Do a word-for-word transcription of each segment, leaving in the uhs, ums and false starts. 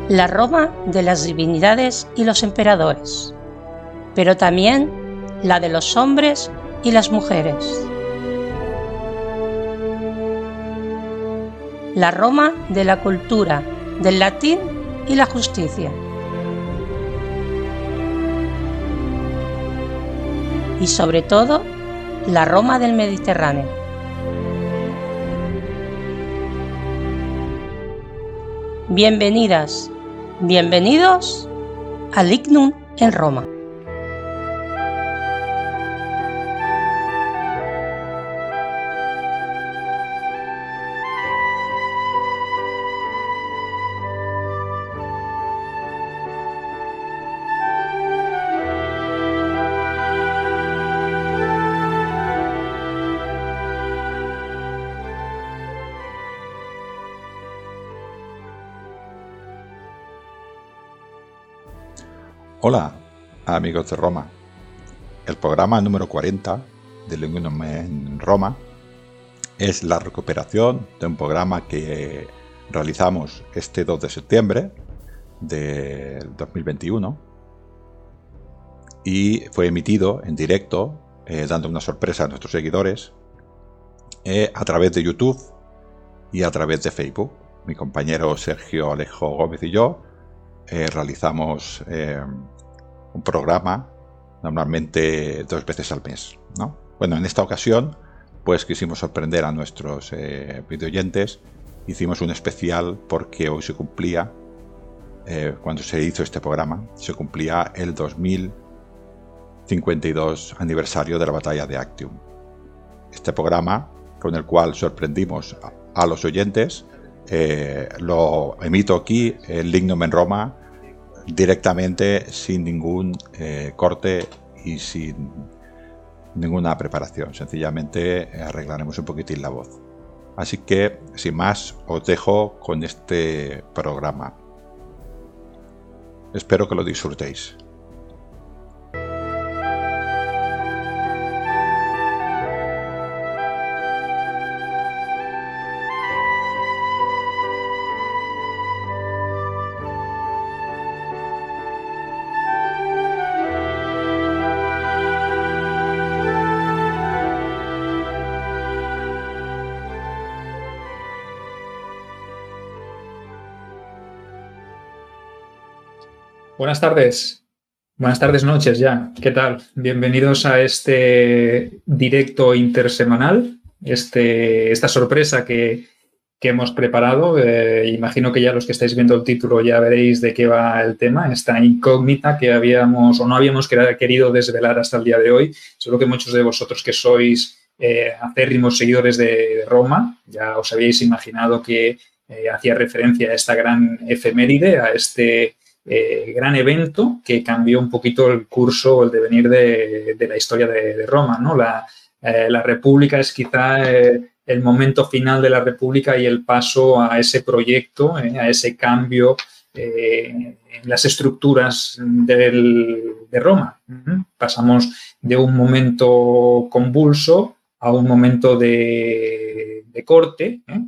la Roma de las divinidades y los emperadores, pero también la de los hombres y las mujeres. La Roma de la cultura, del latín y la justicia. Y sobre todo, la Roma del Mediterráneo. Bienvenidas, bienvenidos a Lignum en Roma. Hola, amigos de Roma. El programa número cuarenta de Lignum en Roma es la recuperación de un programa que realizamos este dos de septiembre del dos mil veintiuno y fue emitido en directo, eh, dando una sorpresa a nuestros seguidores eh, a través de YouTube y a través de Facebook. Mi compañero Sergio Alejo Gómez y yo Eh, realizamos eh, un programa normalmente dos veces al mes, ¿no? Bueno, en esta ocasión pues quisimos sorprender a nuestros eh, videoyentes. Hicimos un especial porque hoy se cumplía, eh, cuando se hizo este programa, se cumplía el dos mil cincuenta y dos aniversario de la batalla de Actium. Este programa, con el cual sorprendimos a, a los oyentes, eh, lo emito aquí en Lignum en Roma, directamente, sin ningún eh, corte y sin ninguna preparación. Sencillamente arreglaremos un poquitín la voz. Así que, sin más, os dejo con este programa. Espero que lo disfrutéis. Buenas tardes, buenas tardes, noches ya. ¿Qué tal? Bienvenidos a este directo intersemanal, este, esta sorpresa que, que hemos preparado. Eh, imagino que ya los que estáis viendo el título ya veréis de qué va el tema, esta incógnita que habíamos o no habíamos querido desvelar hasta el día de hoy. Seguro que muchos de vosotros que sois eh, acérrimos seguidores de, de Roma ya os habéis imaginado que eh, hacía referencia a esta gran efeméride, a este Eh, gran evento que cambió un poquito el curso, el devenir de, de la historia de, de Roma, ¿no? La, eh, la República es quizá eh, el momento final de la República y el paso a ese proyecto, eh, a ese cambio eh, en las estructuras del, de Roma. ¿Mm? Pasamos de un momento convulso a un momento de, de corte, ¿eh?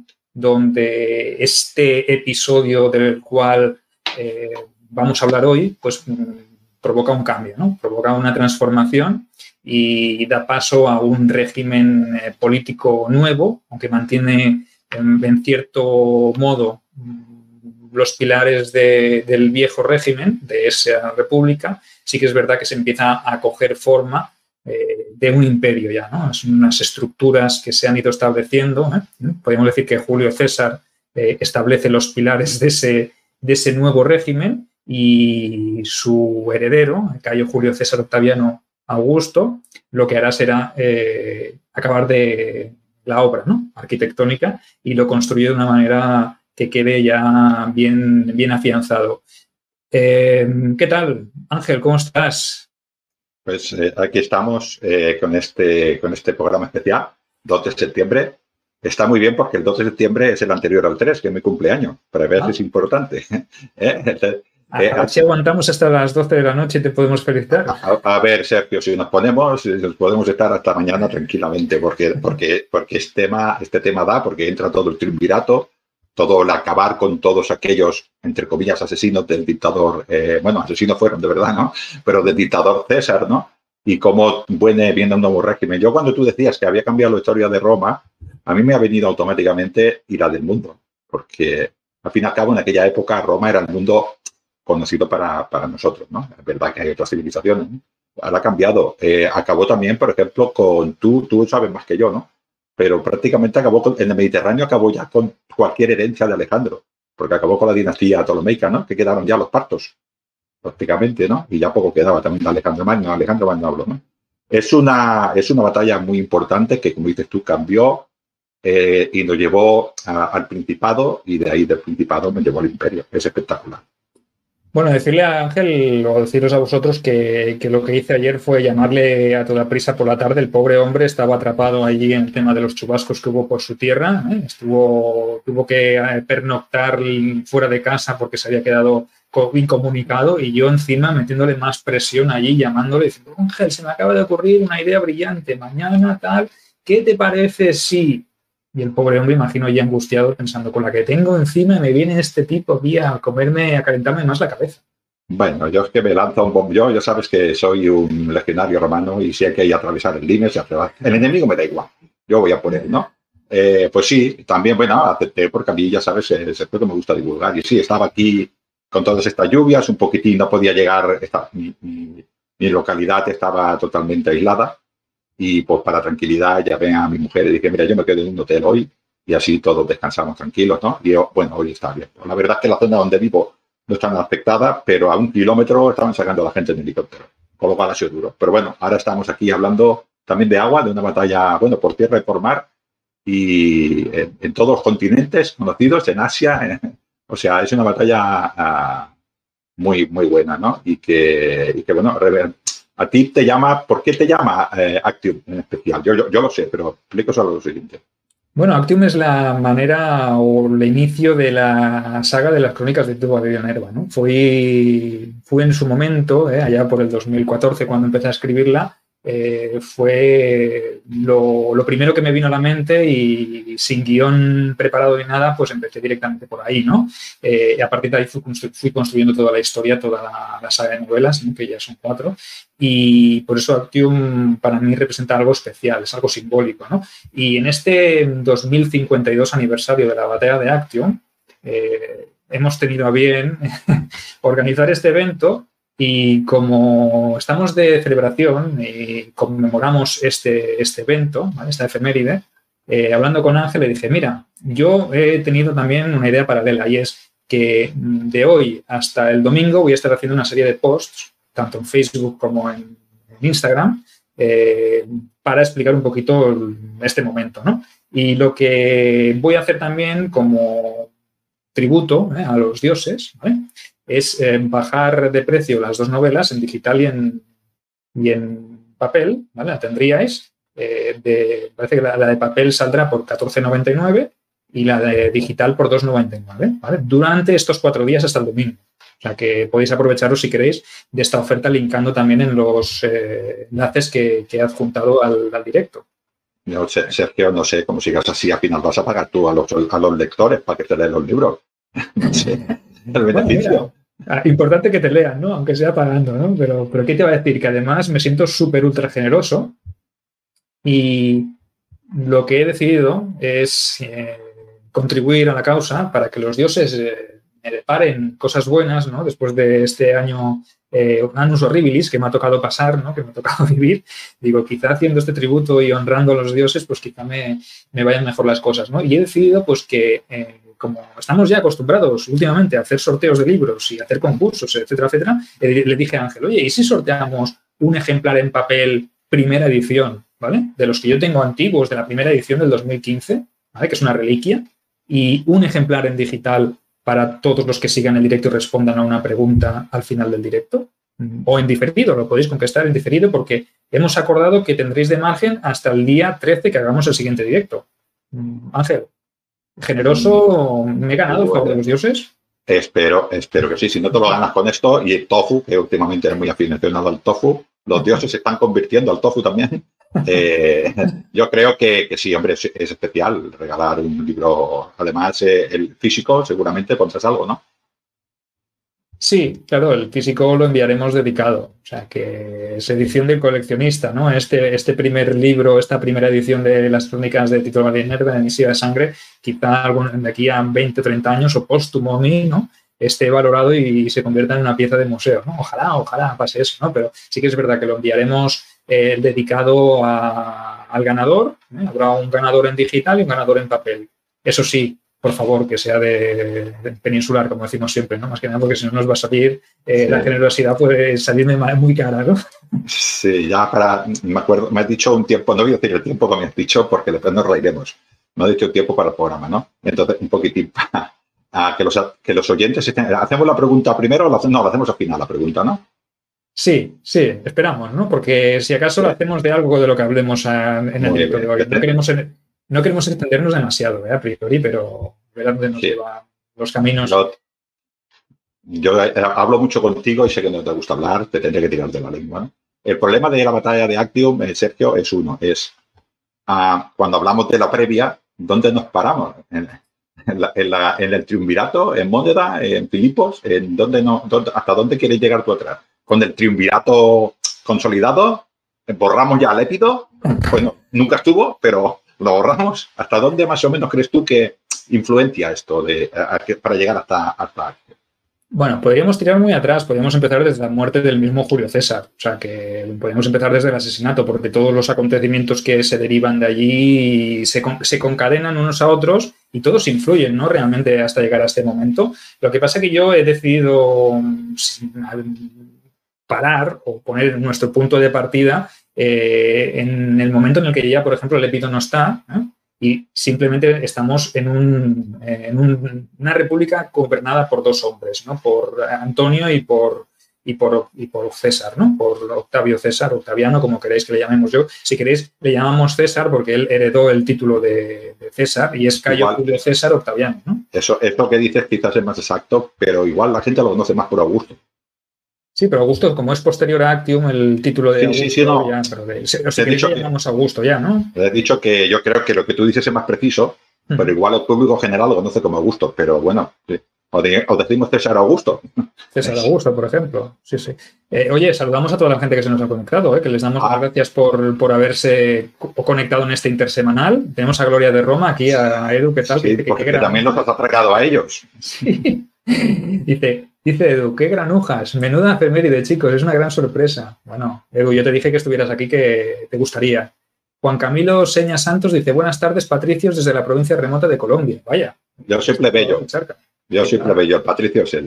Donde este episodio del cual eh, vamos a hablar hoy, pues provoca un cambio, ¿no? Provoca una transformación y da paso a un régimen eh, político nuevo, aunque mantiene en, en cierto modo los pilares de, del viejo régimen, de esa república. Sí que es verdad que se empieza a coger forma eh, de un imperio ya, ¿no? Son unas estructuras que se han ido estableciendo, ¿eh? Podríamos decir que Julio César eh, establece los pilares de ese, de ese nuevo régimen, y su heredero, Cayo Julio César Octaviano Augusto, lo que hará será eh, acabar de la obra, ¿no? Arquitectónica, y lo construye de una manera que quede ya bien, bien afianzado. Eh, ¿Qué tal, Ángel? ¿Cómo estás? Pues eh, aquí estamos eh, con, este, con este programa especial, dos de septiembre. Está muy bien porque el dos de septiembre es el anterior al tres, que es mi cumpleaños. Para ver si es importante. ¿Eh? A ver si aguantamos hasta las doce de la noche y te podemos felicitar. A, a ver, Sergio, si nos ponemos, podemos estar hasta mañana tranquilamente, porque, porque, porque este, tema, este tema da, porque entra todo el triunvirato todo el acabar con todos aquellos, entre comillas, asesinos del dictador, eh, bueno, asesinos fueron de verdad, ¿no? Pero del dictador César, ¿no? Y cómo viene, viene un nuevo régimen. Yo cuando tú decías que había cambiado la historia de Roma, a mí me ha venido automáticamente y la del mundo, porque al fin y al cabo en aquella época Roma era el mundo conocido para, para nosotros, ¿no? Es verdad que hay otras civilizaciones, ¿no? Ahora ha cambiado. Eh, acabó también, por ejemplo, con tú, tú sabes más que yo, ¿no? Pero prácticamente acabó con, en el Mediterráneo acabó ya con cualquier herencia de Alejandro, porque acabó con la dinastía ptolomeica, ¿no? Que quedaron ya los partos, prácticamente, ¿no? Y ya poco quedaba también de Alejandro Magno, Alejandro Magno hablo, ¿no? Es una, es una batalla muy importante que, como dices tú, cambió eh, y nos llevó a, al Principado, y de ahí del Principado me llevó al Imperio. Es espectacular. Bueno, decirle a Ángel o deciros a vosotros que, que lo que hice ayer fue llamarle a toda prisa por la tarde. El pobre hombre estaba atrapado allí en el tema de los chubascos que hubo por su tierra, ¿eh? Estuvo, tuvo que pernoctar fuera de casa porque se había quedado incomunicado, y yo encima metiéndole más presión allí, llamándole, diciendo, Ángel, se me acaba de ocurrir una idea brillante, mañana tal, ¿qué te parece si...? Y el pobre hombre, imagino, ya angustiado, pensando, con la que tengo encima me viene este tipo aquí a comerme, a calentarme más la cabeza. Bueno, yo es que me lanzo un bombo. Yo, ya sabes que soy un legionario romano y sé que hay que atravesar el límite. El enemigo me da igual. Yo voy a por él, ¿no? Eh, pues sí, también, bueno, acepté porque a mí, ya sabes, es el que me gusta divulgar. Y sí, estaba aquí con todas estas lluvias, un poquitín, no podía llegar, esta, mi, mi, mi localidad estaba totalmente aislada. Y pues para tranquilidad llamé a mi mujer y dije, mira, yo me quedo en un hotel hoy y así todos descansamos tranquilos, ¿no? Y yo, bueno, hoy está bien. Pues la verdad es que la zona donde vivo no está nada afectada, pero a un kilómetro estaban sacando a la gente en helicóptero, con lo cual ha sido duro. Pero bueno, ahora estamos aquí hablando también de agua, de una batalla, bueno, por tierra y por mar, y en, en todos los continentes conocidos, en Asia, en, o sea, es una batalla uh, muy, muy buena, ¿no? Y que, y que bueno, a ti te llama, ¿por qué te llama eh, Actium en especial? Yo, yo, yo lo sé, pero explico solo lo siguiente. Bueno, Actium es la manera o el inicio de la saga de las crónicas de Tuba de Nerva, ¿no? Fui, fui en su momento, eh, allá por el dos mil catorce, cuando empecé a escribirla, eh, fue lo, lo primero que me vino a la mente, y sin guión preparado ni nada, pues empecé directamente por ahí, ¿no? Eh, y a partir de ahí fui, constru fui construyendo toda la historia, toda la, la saga de novelas, ¿no? Que ya son cuatro, y por eso Actium para mí representa algo especial, es algo simbólico, ¿no? Y en este dos mil cincuenta y dos aniversario de la batalla de Actium, eh, hemos tenido a bien organizar este evento. Y como estamos de celebración y conmemoramos este, este evento, ¿vale? Esta efeméride, eh, hablando con Ángel le dije, mira, yo he tenido también una idea paralela, y es que de hoy hasta el domingo voy a estar haciendo una serie de posts, tanto en Facebook como en, en Instagram, eh, para explicar un poquito este momento, ¿no? Y lo que voy a hacer también como tributo, ¿eh? a los dioses, ¿vale? Es eh, bajar de precio las dos novelas en digital y en, y en papel, ¿vale? La tendríais. Eh, de, parece que la, la de papel saldrá por catorce noventa y nueve y la de digital por dos noventa y nueve, ¿vale? Durante estos cuatro días hasta el domingo. O sea que podéis aprovecharos, si queréis, de esta oferta, linkando también en los eh, enlaces que, que he adjuntado al, al directo. No, Sergio, no sé, como sigas así, al final vas a pagar tú a los, a los lectores para que te lean los libros. No sé. El beneficio. Bueno, mira, importante que te lean, ¿no? Aunque sea pagando, ¿no? Pero, pero ¿qué te va a decir? Que además me siento súper ultra generoso, y lo que he decidido es eh, contribuir a la causa para que los dioses eh, me deparen cosas buenas, ¿no? Después de este año, eh, un annus horribilis que me ha tocado pasar, ¿no? Que me ha tocado vivir. Digo, quizá haciendo este tributo y honrando a los dioses, pues quizá me, me vayan mejor las cosas, ¿no? Y he decidido, pues, que... Eh, como estamos ya acostumbrados últimamente a hacer sorteos de libros y hacer concursos, etcétera, etcétera, le dije a Ángel, oye, ¿y si sorteamos un ejemplar en papel primera edición, ¿vale? De los que yo tengo antiguos, de la primera edición del dos mil quince, ¿vale? Que es una reliquia, y un ejemplar en digital para todos los que sigan el directo y respondan a una pregunta al final del directo, o en diferido, lo podéis contestar en diferido, porque hemos acordado que tendréis de margen hasta el día trece que hagamos el siguiente directo. Ángel, generoso, ¿me he ganado el favor de los dioses? Espero, espero que sí. Si no te lo ganas con esto, y el tofu, que últimamente es muy aficionado al tofu, los dioses se están convirtiendo al tofu también. Eh, yo creo que, que sí, hombre, es, es especial regalar un libro. Además, eh, el físico seguramente pondrás algo, ¿no? Sí, claro, el físico lo enviaremos dedicado. O sea, que es edición del coleccionista, ¿no? Este, este primer libro, esta primera edición de las crónicas de Tito Mariner, de la Misiva de Sangre, quizá algún, de aquí a veinte o treinta años o póstumo, ¿no? Esté valorado y se convierta en una pieza de museo, ¿no? Ojalá, ojalá pase eso, ¿no? Pero sí que es verdad que lo enviaremos eh, dedicado a, al ganador. ¿eh? Habrá un ganador en digital y un ganador en papel. Eso sí, por favor, que sea de, de peninsular, como decimos siempre, ¿no? Más que nada porque si no nos va a salir, eh, sí. La generosidad puede salirme muy cara, ¿no? Sí, ya para, me acuerdo, me has dicho un tiempo, no voy a decir el tiempo que me has dicho porque después nos reiremos. Me has dicho un tiempo para el programa, ¿no? Entonces, un poquitín para a que, los, que los oyentes estén, ¿hacemos la pregunta primero o la, no, la hacemos al final, la pregunta, ¿no? Sí, sí, esperamos, ¿no? Porque si acaso sí. Lo hacemos de algo de lo que hablemos a, en el directo de hoy. No queremos, no queremos extendernos demasiado, ¿eh? A priori, pero ver dónde nos sí. llevan los caminos. Lo, yo hablo mucho contigo y sé que no te gusta hablar, te tendré que tirar de la lengua, ¿no? El problema de la batalla de Actium, eh, Sergio, es uno, es uh, cuando hablamos de la previa, ¿dónde nos paramos? En, en, la, en, la, en el triunvirato, en Módeda, en Filipos, en dónde no, dónde, ¿hasta dónde quieres llegar tú atrás? Con el triunvirato consolidado, borramos ya al Épido, bueno, nunca estuvo, pero lo borramos. ¿Hasta dónde más o menos crees tú que influencia esto de, a, a, para llegar hasta, hasta Bueno, podríamos tirar muy atrás, podríamos empezar desde la muerte del mismo Julio César, o sea que podríamos empezar desde el asesinato, porque todos los acontecimientos que se derivan de allí se, se concadenan unos a otros y todos influyen, ¿no? Realmente hasta llegar a este momento. Lo que pasa es que yo he decidido parar o poner nuestro punto de partida eh, en el momento en el que ya, por ejemplo, el Épido no está, ¿eh? Y simplemente estamos en, un, en un, una república gobernada por dos hombres, ¿no? Por Antonio y por, y, por, y por César, ¿no? Por Octavio César, Octaviano, como queréis que le llamemos yo. Si queréis, le llamamos César porque él heredó el título de, de César y es Cayo igual, Julio César Octaviano, ¿no? Eso, esto que dices quizás es más exacto, pero igual la gente lo conoce más por Augusto. Sí, pero Augusto, como es posterior a Actium, el título de sí, Augusto, sí, sí, no. ya, pero de, o sea, si queréis le llamamos Augusto ya, ¿no? He dicho que yo creo que lo que tú dices es más preciso, uh-huh. pero igual el público general lo conoce como Augusto, pero bueno, sí. o, de, o decimos César Augusto. César Augusto, por ejemplo, sí, sí. Eh, oye, saludamos a toda la gente que se nos ha conectado, ¿eh? Que les damos ah. las gracias por, por haberse conectado en este intersemanal. Tenemos a Gloria de Roma, aquí a Edu, ¿qué tal? Sí, que, porque que, que también nos has atracado a ellos. Sí. Dice, dice Edu, qué granujas, menuda efeméride, chicos, es una gran sorpresa. Bueno, Edu, yo te dije que estuvieras aquí, que te gustaría. Juan Camilo Seña Santos dice, buenas tardes, patricios, desde la provincia remota de Colombia. Vaya. Yo siempre bello. Yo siempre bello, el patricio es él.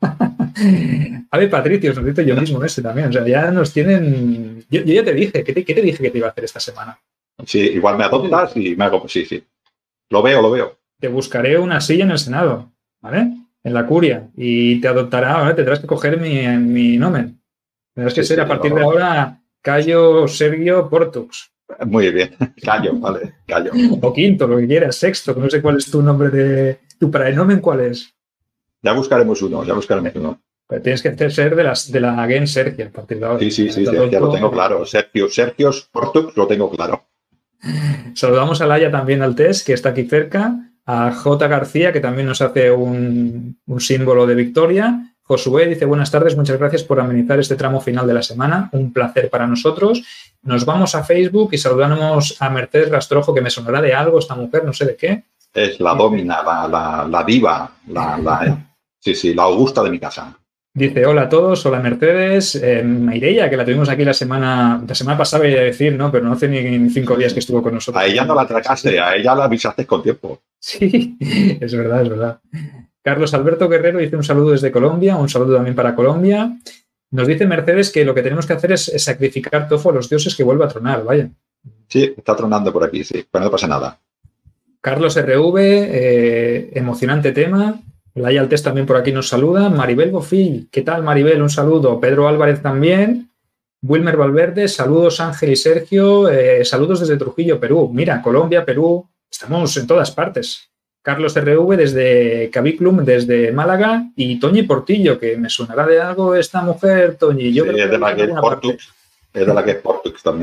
A ver, patricios, nos dice yo mismo este también. O sea, ya nos tienen... Yo, yo ya te dije, ¿qué te, ¿qué te dije que te iba a hacer esta semana? Sí, igual me adoptas y me hago... Sí, sí. Lo veo, lo veo. Te buscaré una silla en el Senado, ¿vale? En la curia, y te adoptará, ahora tendrás que coger mi, mi nomen. Tendrás que sí, ser sí, a partir no. de ahora Cayo Sergio Portux. Muy bien, Cayo, vale, Cayo. O quinto, lo que quieras, sexto, que no sé cuál es tu nombre de... ¿Tu praenomen cuál es? Ya buscaremos uno, ya buscaremos uno. Pero tienes que ser de, las, de la Gen Sergio a partir de ahora. Sí, sí, sí, sí ya lo tengo claro. Sergio, Sergio Portux lo tengo claro. Saludamos a Laia también al test, que está aquí cerca. A J. García, que también nos hace un, un símbolo de victoria. Josué dice, buenas tardes, muchas gracias por amenizar este tramo final de la semana. Un placer para nosotros. Nos vamos a Facebook y saludamos a Mercedes Rastrojo, que me sonará de algo esta mujer, no sé de qué. Es la domina, la, la, la diva, la, la, sí, sí, la Augusta de mi casa. Dice, hola a todos, hola Mercedes, eh, Mireia, que la tuvimos aquí la semana, la semana pasada, voy a decir, ¿no? Pero no hace ni cinco días que estuvo con nosotros. A ella no la atracaste, a ella la avisaste con tiempo. Sí, es verdad, es verdad. Carlos Alberto Guerrero dice un saludo desde Colombia, un saludo también para Colombia. Nos dice Mercedes que lo que tenemos que hacer es, es sacrificar tofu a los dioses que vuelva a tronar, vaya. Sí, está tronando por aquí, sí, pero no pasa nada. Carlos R V, eh, emocionante tema. Laia Altés también por aquí nos saluda. Maribel Bofill, ¿qué tal Maribel? Un saludo. Pedro Álvarez también. Wilmer Valverde, saludos Ángel y Sergio. Eh, saludos desde Trujillo, Perú. Mira, Colombia, Perú, estamos en todas partes. Carlos R V desde Caviclum, desde Málaga. Y Toñi Portillo, que me sonará de algo esta mujer, Toñi. Yo sí, creo es de la que es Portux. Es de la que es Portux también.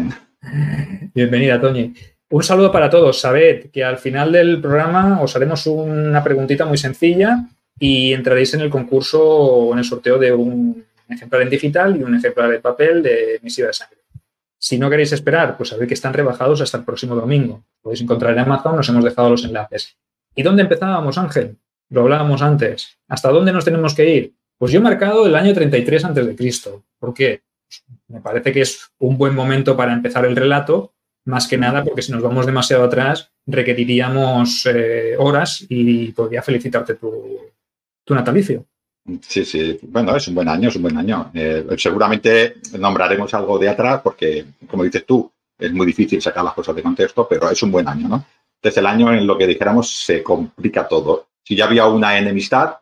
Bienvenida, Toñi. Un saludo para todos. Sabed que al final del programa os haremos una preguntita muy sencilla y entraréis en el concurso o en el sorteo de un ejemplar en digital y un ejemplar en papel de misiva de sangre. Si no queréis esperar, pues sabéis que están rebajados hasta el próximo domingo. Podéis encontrar en Amazon, nos hemos dejado los enlaces. ¿Y dónde empezábamos, Ángel? Lo hablábamos antes. ¿Hasta dónde nos tenemos que ir? Pues yo he marcado el año treinta y tres antes de Cristo. ¿Por qué? Pues me parece que es un buen momento para empezar el relato, más que nada porque si nos vamos demasiado atrás requeriríamos eh, horas y podría felicitarte tu, tu natalicio. Sí, sí. Bueno, es un buen año, es un buen año. Eh, seguramente nombraremos algo de atrás porque, como dices tú, es muy difícil sacar las cosas de contexto, pero es un buen año, ¿no? Desde el año en lo que dijéramos se complica todo. Si ya había una enemistad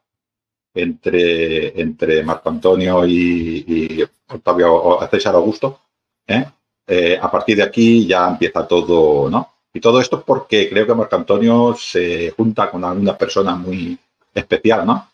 entre, entre Marco Antonio y, y Octavio César Augusto, ¿eh? Eh, a partir de aquí ya empieza todo, ¿no? Y todo esto porque creo que Marco Antonio se junta con alguna persona muy especial, ¿no?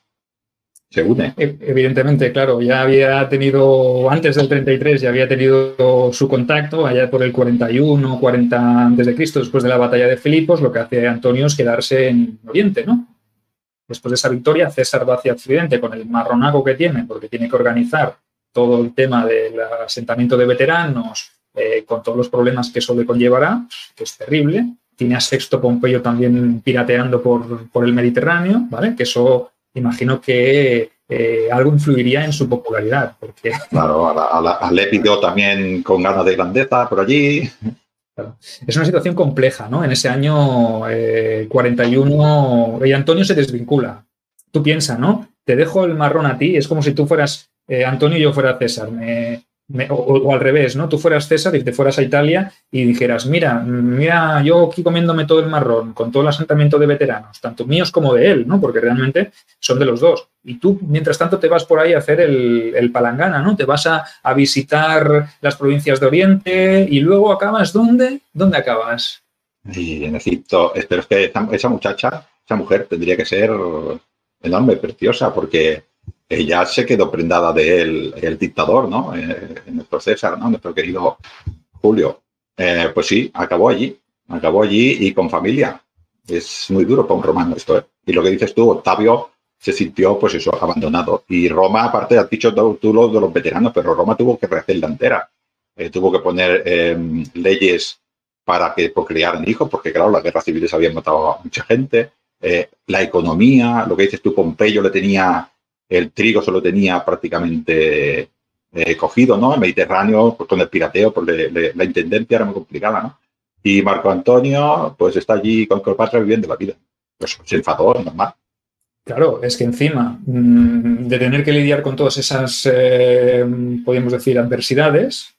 Se une. Evidentemente, claro, ya había tenido, antes del treinta y tres, ya había tenido su contacto, allá por el cuarenta y uno, cuarenta antes de Cristo, después de la batalla de Filipos, lo que hace Antonio es quedarse en Oriente, ¿no? Después de esa victoria, César va hacia Occidente con el marronaco que tiene, porque tiene que organizar todo el tema del asentamiento de veteranos, eh, con todos los problemas que eso le conllevará, que es terrible. Tiene a Sexto Pompeyo también pirateando por, por el Mediterráneo, ¿vale? Que eso... imagino que eh, algo influiría en su popularidad. Porque... Claro, a, la, a, la, a Lépido también con ganas de grandeza por allí. Claro. Es una situación compleja, ¿no? En ese año eh, cuarenta y uno, y Antonio se desvincula. Tú piensas, ¿no? Te dejo el marrón a ti, es como si tú fueras eh, Antonio y yo fuera César. Me, me, o, o al revés, ¿no? Tú fueras César y te fueras a Italia y dijeras, mira, mira, yo aquí comiéndome todo el marrón, con todo el asentamiento de veteranos, tanto míos como de él, ¿no? Porque realmente son de los dos. Y tú, mientras tanto, te vas por ahí a hacer el, el palangana, ¿no? Te vas a, a visitar las provincias de Oriente y luego acabas, ¿dónde? ¿Dónde acabas? Y en Egipto. Pero es que esa, esa muchacha, esa mujer tendría que ser enorme, preciosa, porque ella se quedó prendada de él, el dictador, ¿no? Eh, nuestro César, ¿no? Nuestro querido Julio. Eh, pues sí, acabó allí, acabó allí y con familia. Es muy duro para un romano esto, ¿eh? Y lo que dices tú, Octavio se sintió, pues eso, abandonado. Y Roma, aparte, has dicho tú lo de los veteranos, pero Roma tuvo que rehacerla entera. Eh, tuvo que poner eh, leyes para que procrearan hijos, porque claro, las guerras civiles habían matado a mucha gente. Eh, la economía, lo que dices tú, Pompeyo le tenía... El trigo se lo tenía prácticamente eh, cogido, ¿no? El Mediterráneo, pues con el pirateo, pues le, le, la intendencia era muy complicada, ¿no? Y Marco Antonio, pues está allí con Cleopatra viviendo la vida. Pues se enfadó, normal. Claro, es que encima mmm, de tener que lidiar con todas esas, eh, podríamos decir, adversidades,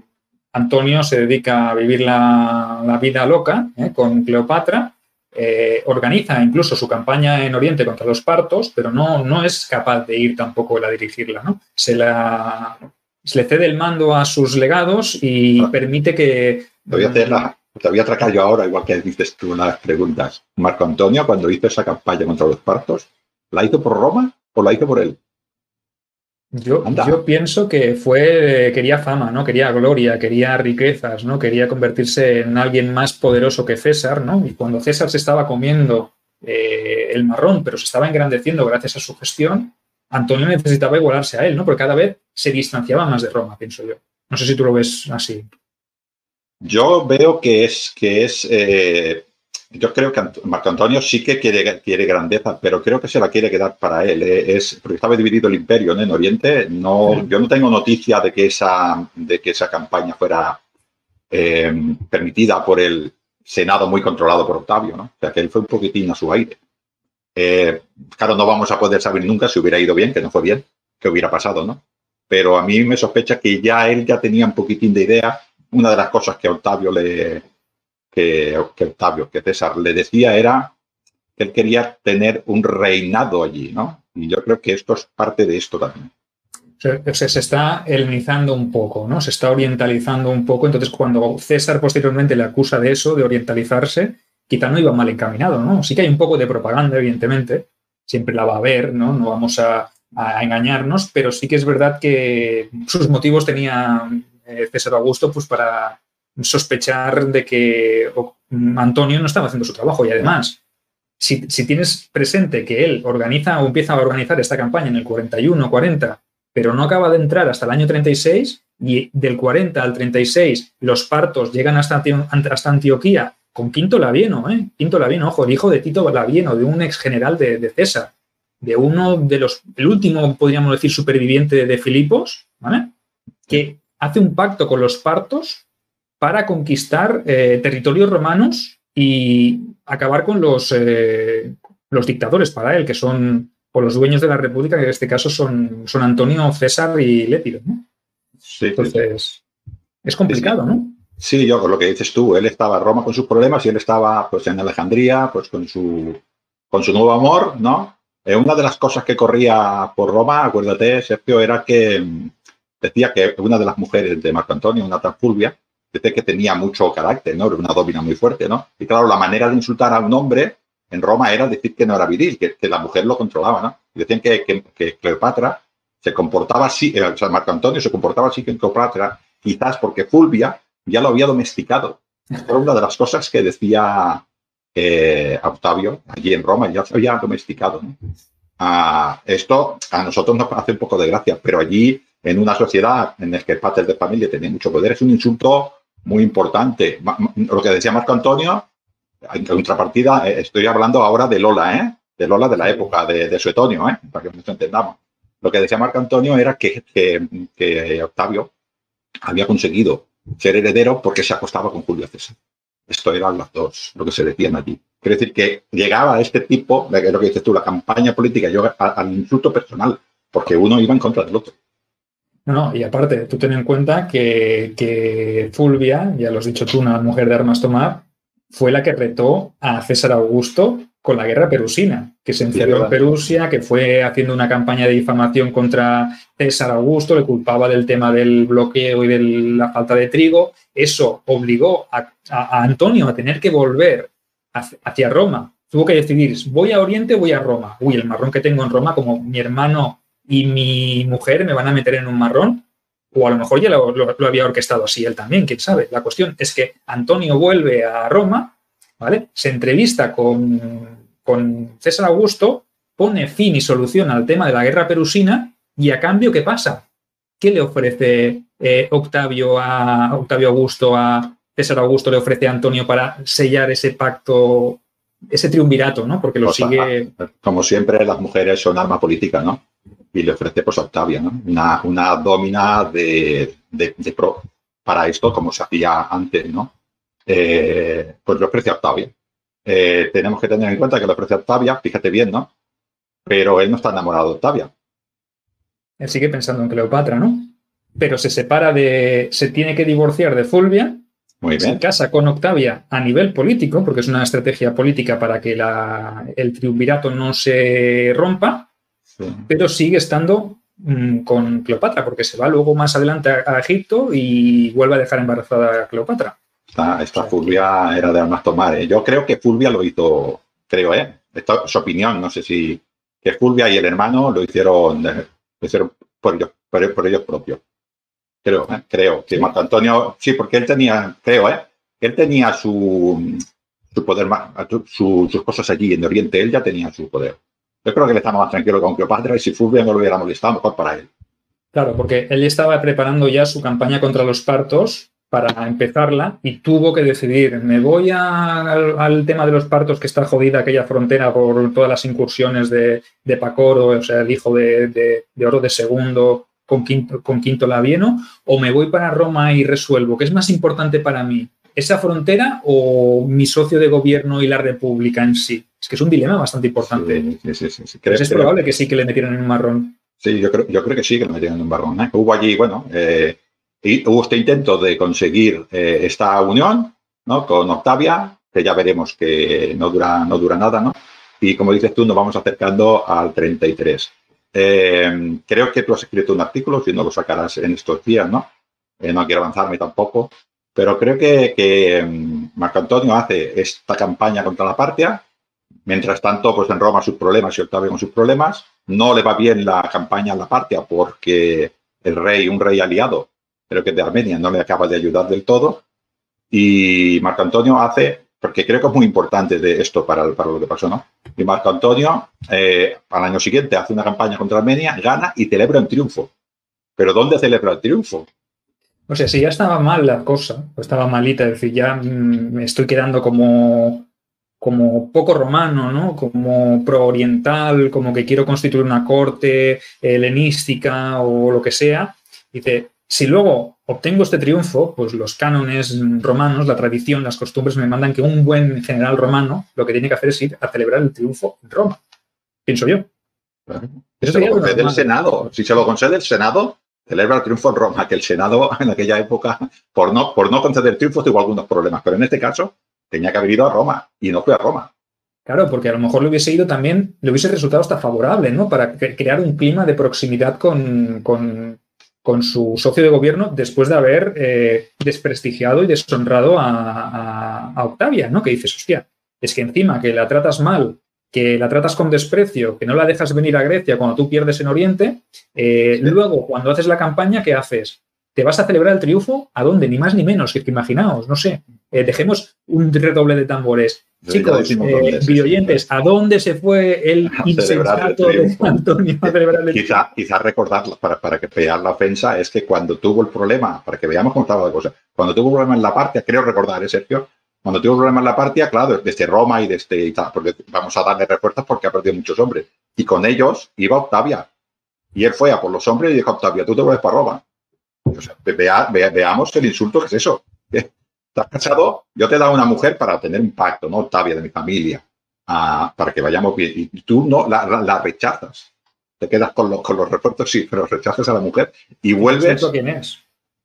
Antonio se dedica a vivir la, la vida loca eh, con Cleopatra. Eh, organiza incluso su campaña en Oriente contra los partos, pero no, no es capaz de ir tampoco él a dirigirla, ¿no? Se, la, se le cede el mando a sus legados y ah, permite que... Te voy a hacer la, te voy a atracar yo ahora, igual que dices tú una de las preguntas. Marco Antonio, cuando hizo esa campaña contra los partos, ¿la hizo por Roma o la hizo por él? Yo, yo pienso que fue, quería fama, ¿no? Quería gloria, quería riquezas, ¿no? Quería convertirse en alguien más poderoso que César, ¿no? Y cuando César se estaba comiendo eh, el marrón, pero se estaba engrandeciendo gracias a su gestión, Antonio necesitaba igualarse a él, ¿no? Porque cada vez se distanciaba más de Roma, pienso yo. No sé si tú lo ves así. Yo veo que es, que es eh, yo creo que Marco Antonio sí que quiere, quiere grandeza, pero creo que se la quiere quedar para él. Eh, es, porque estaba dividido el imperio, ¿no? En Oriente. No, sí. Yo no tengo noticia de que esa, de que esa campaña fuera eh, permitida por el Senado muy controlado por Octavio, ¿no? O sea, que él fue un poquitín a su aire. Eh, claro, no vamos a poder saber nunca si hubiera ido bien, que no fue bien, qué hubiera pasado, ¿no? Pero a mí me sospecha que ya él ya tenía un poquitín de idea. Una de las cosas que a Octavio le... Que, que Octavio, que César le decía era que él quería tener un reinado allí, ¿no? Y yo creo que esto es parte de esto también. O sea, se está helenizando un poco, ¿no? Se está orientalizando un poco. Entonces, cuando César posteriormente le acusa de eso, de orientalizarse, quizá no iba mal encaminado, ¿no? Sí que hay un poco de propaganda, evidentemente. Siempre la va a haber, ¿no? No vamos a, a engañarnos, pero sí que es verdad que sus motivos tenía eh, César Augusto pues para... sospechar de que Antonio no estaba haciendo su trabajo. Y además, si, si tienes presente que él organiza o empieza a organizar esta campaña en el cuarenta y uno, cuarenta, pero no acaba de entrar hasta el año treinta y seis, y del cuarenta al treinta y seis los partos llegan hasta, hasta Antioquía con Quinto Labieno, ¿eh? Quinto Labieno, ojo, el hijo de Tito Labieno, de un ex general de, de César, de uno de los, el último, podríamos decir, superviviente de Filipos, ¿vale? Que hace un pacto con los partos para conquistar eh, territorios romanos y acabar con los, eh, los dictadores para él, que son, o los dueños de la república, que en este caso son, son Antonio, César y Lépido, ¿no? Sí, Entonces, es complicado, sí, sí. ¿no? Sí, yo con lo que dices tú, él estaba en Roma con sus problemas y él estaba pues en Alejandría pues con su, con su nuevo amor, ¿no? Eh, una de las cosas que corría por Roma, acuérdate, Sergio, era que decía que una de las mujeres de Marco Antonio, una tal Fulvia, decía que tenía mucho carácter, ¿no? Era una domina muy fuerte, ¿no? Y claro, la manera de insultar a un hombre en Roma era decir que no era viril, que, que la mujer lo controlaba, ¿no? Y decían que, que, que Cleopatra se comportaba así, eh, o sea, Marco Antonio se comportaba así que Cleopatra, quizás porque Fulvia ya lo había domesticado. Era una de las cosas que decía eh, Octavio allí en Roma, ya se había domesticado, ¿no? Ah, esto a nosotros nos hace un poco de gracia, pero allí, en una sociedad en la que el padre de familia tenía mucho poder, es un insulto muy importante. Lo que decía Marco Antonio, en contrapartida, estoy hablando ahora de Lola, ¿eh? De Lola de la época de, de Suetonio, ¿eh? Para que nos entendamos. Lo que decía Marco Antonio era que, que, que Octavio había conseguido ser heredero porque se acostaba con Julio César. Esto eran las dos, lo que se decían allí. Quiere decir que llegaba a este tipo, de lo que dices tú, la campaña política, yo, al insulto personal, porque uno iba en contra del otro. No, no, y aparte, tú ten en cuenta que, que Fulvia, ya lo has dicho tú, una mujer de armas tomar, fue la que retó a César Augusto con la guerra perusina, que se encerró en Perusia, que fue haciendo una campaña de difamación contra César Augusto, le culpaba del tema del bloqueo y de la falta de trigo. Eso obligó a, a, a Antonio a tener que volver hacia, hacia Roma. Tuvo que decidir, ¿voy a Oriente o voy a Roma? Uy, el marrón que tengo en Roma, como mi hermano y mi mujer me van a meter en un marrón, o a lo mejor ya lo, lo, lo había orquestado así él también, quién sabe. La cuestión es que Antonio vuelve a Roma, ¿vale? Se entrevista con, con César Augusto, pone fin y solución al tema de la guerra perusina, y a cambio, ¿qué pasa? ¿Qué le ofrece eh, Octavio a Octavio Augusto a César Augusto? Le ofrece a Antonio para sellar ese pacto, ese triunvirato, ¿no? Porque lo pues, sigue... Como siempre, las mujeres son arma política, ¿no? Y le ofrece pues a Octavia, ¿no? Una, una domina de, de, de pro para esto, como se hacía antes, ¿no? Eh, pues le ofrece a Octavia. Eh, tenemos que tener en cuenta que le ofrece a Octavia, fíjate bien, ¿no? Pero él no está enamorado de Octavia. Él sigue pensando en Cleopatra, ¿no? Pero se separa de... se tiene que divorciar de Fulvia. Muy bien. Se casa con Octavia a nivel político, porque es una estrategia política para que la, el triunvirato no se rompa. Sí. Pero sigue estando mmm, con Cleopatra, porque se va luego más adelante a, a Egipto y vuelve a dejar embarazada a Cleopatra. Esta, esta o sea, Fulvia que... era de armas tomar. ¿eh? Yo creo que Fulvia lo hizo, creo, ¿eh? Esta es su opinión, no sé si... Que Fulvia y el hermano lo hicieron, lo hicieron por, ellos, por, por ellos propios. Creo, ¿eh? Creo. Que ¿sí? Marco Antonio... Sí, porque él tenía, creo, ¿eh? Él tenía su, su poder, su, sus cosas allí en Oriente. Él ya tenía su poder. Yo creo que le estaba más tranquilo con Cleopatra y si Fulvia no lo hubiera molestado, mejor para él. Claro, porque él estaba preparando ya su campaña contra los partos para empezarla y tuvo que decidir, ¿me voy a, al, al tema de los partos, que está jodida aquella frontera por todas las incursiones de, de Pacoro, o sea, el hijo de, de, de Oro de Segundo con Quinto, con Quinto Labieno, o me voy para Roma y resuelvo? ¿Qué es más importante para mí? ¿Esa frontera o mi socio de gobierno y la república en sí? Es que es un dilema bastante importante. Sí, sí, sí, sí. Creo, es creo, probable que sí que le metieran en un marrón. Sí, yo creo, yo creo que sí que le metieron en un marrón. ¿eh? Hubo allí, bueno, eh, y hubo este intento de conseguir eh, esta unión, ¿no? Con Octavia, que ya veremos que no dura, no dura nada, ¿no? Y como dices tú, nos vamos acercando al treinta y tres. Eh, creo que tú has escrito un artículo, si no lo sacarás en estos días, ¿no? Eh, no quiero avanzarme tampoco. Pero creo que, que Marco Antonio hace esta campaña contra la Partia. Mientras tanto, pues en Roma sus problemas y Octavio con sus problemas. No le va bien la campaña a la Partia porque el rey, un rey aliado, creo que de Armenia, no le acaba de ayudar del todo. Y Marco Antonio hace, porque creo que es muy importante de esto para, para lo que pasó, ¿no? Y Marco Antonio, eh, al año siguiente, hace una campaña contra Armenia, gana y celebra un triunfo. ¿Pero dónde celebra el triunfo? O sea, si ya estaba mal la cosa, o estaba malita, es decir, ya mmm, me estoy quedando como, como poco romano, ¿no? Como pro-oriental, como que quiero constituir una corte helenística o lo que sea. Dice, si luego obtengo este triunfo, pues los cánones romanos, la tradición, las costumbres me mandan que un buen general romano lo que tiene que hacer es ir a celebrar el triunfo en Roma. Pienso yo. Bueno, Eso se lo concede el Senado. Si se lo concede el Senado, celebra el triunfo en Roma, que el Senado en aquella época, por no, por no conceder triunfos, tuvo algunos problemas. Pero en este caso, tenía que haber ido a Roma y no fue a Roma. Claro, porque a lo mejor le hubiese ido también, le hubiese resultado hasta favorable, ¿no? Para crear un clima de proximidad con, con, con su socio de gobierno después de haber eh, desprestigiado y deshonrado a, a, a Octavia, ¿no? Que dices, hostia, es que encima que la tratas mal, que la tratas con desprecio, que no la dejas venir a Grecia cuando tú pierdes en Oriente, eh, sí. Luego, cuando haces la campaña, ¿qué haces? ¿Te vas a celebrar el triunfo? ¿A dónde? Ni más ni menos, que imaginaos, no sé. Eh, dejemos un redoble de tambores. Sí, Chicos, eh, videoyentes, ¿a dónde se fue el insensato de Antonio a celebrar el Quizá, quizá recordarlo para, para que vean la ofensa, es que cuando tuvo el problema, para que veamos cómo estaba la cosa, cuando tuvo el problema en la Partia, creo recordar, ¿eh, Sergio? Cuando tuvo el problema en la Partia, claro, desde Roma y desde y tal, porque vamos a darle refuerzos porque ha perdido muchos hombres. Y con ellos iba Octavia. Y él fue a por los hombres y dijo, Octavia, tú te vuelves para Roma. O sea, vea, vea, veamos el insulto que es eso. ¿Estás casado? Yo te he dado una mujer para tener un pacto, ¿no? Octavia, de mi familia, uh, para que vayamos bien. Y tú no la, la, la rechazas. Te quedas con los, con los refuerzos, sí, pero rechazas a la mujer y vuelves... ¿El insulto quién es?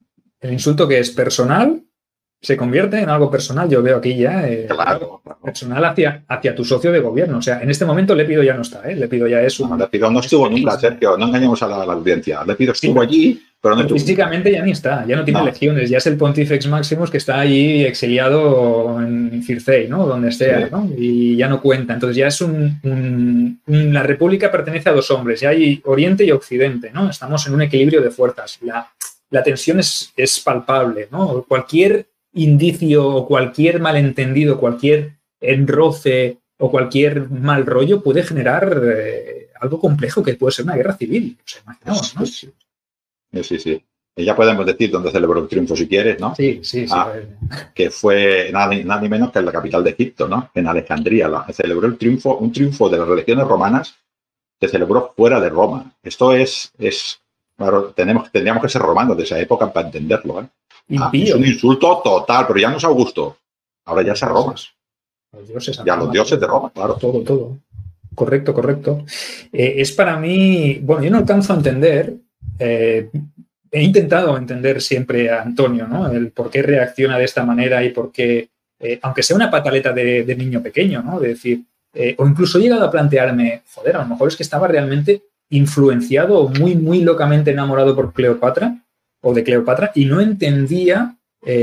El insulto que es personal se convierte en algo personal. Yo veo aquí ya eh, claro, claro. personal hacia, hacia tu socio de gobierno. O sea, en este momento Lepido ya no está, ¿eh? Lepido ya es un... No, Lepido no estuvo nunca, Sergio. No engañemos a la, a la audiencia. Lepido estuvo sí, allí, pero no estuvo. Físicamente ya ni está, ya no tiene no. legiones. Ya es el Pontifex Maximus que está ahí exiliado en Circei, ¿no? Donde sea, sí. ¿no? Y ya no cuenta. Entonces ya es un, un, un... La República pertenece a dos hombres. Ya hay Oriente y Occidente, ¿no? Estamos en un equilibrio de fuerzas. La, la tensión es, es palpable, ¿no? Cualquier indicio o cualquier malentendido, cualquier enroce o cualquier mal rollo puede generar eh, algo complejo que puede ser una guerra civil. O sea, imaginamos, ¿no? Sí, sí, sí. Y ya podemos decir dónde celebró el triunfo si quieres, ¿no? Sí, sí, sí. Ah, que fue nada, nada ni menos que en la capital de Egipto, ¿no? En Alejandría. La, celebró el triunfo, un triunfo de las religiones romanas se celebró fuera de Roma. Esto es, es claro, tenemos, tendríamos que ser romanos de esa época para entenderlo, ¿eh? Ah, es un insulto total, pero ya no es Augusto. Ahora ya es a Roma. Los dioses ya los dioses de Roma, claro. Todo, todo. Correcto, correcto. Eh, es para mí... Bueno, yo no alcanzo a entender... Eh, he intentado entender siempre a Antonio, ¿no? El por qué reacciona de esta manera y por qué... Eh, aunque sea una pataleta de, de niño pequeño, ¿no? De decir... Eh, o incluso he llegado a plantearme... Joder, a lo mejor es que estaba realmente influenciado o muy, muy locamente enamorado por Cleopatra... o de Cleopatra, y no entendía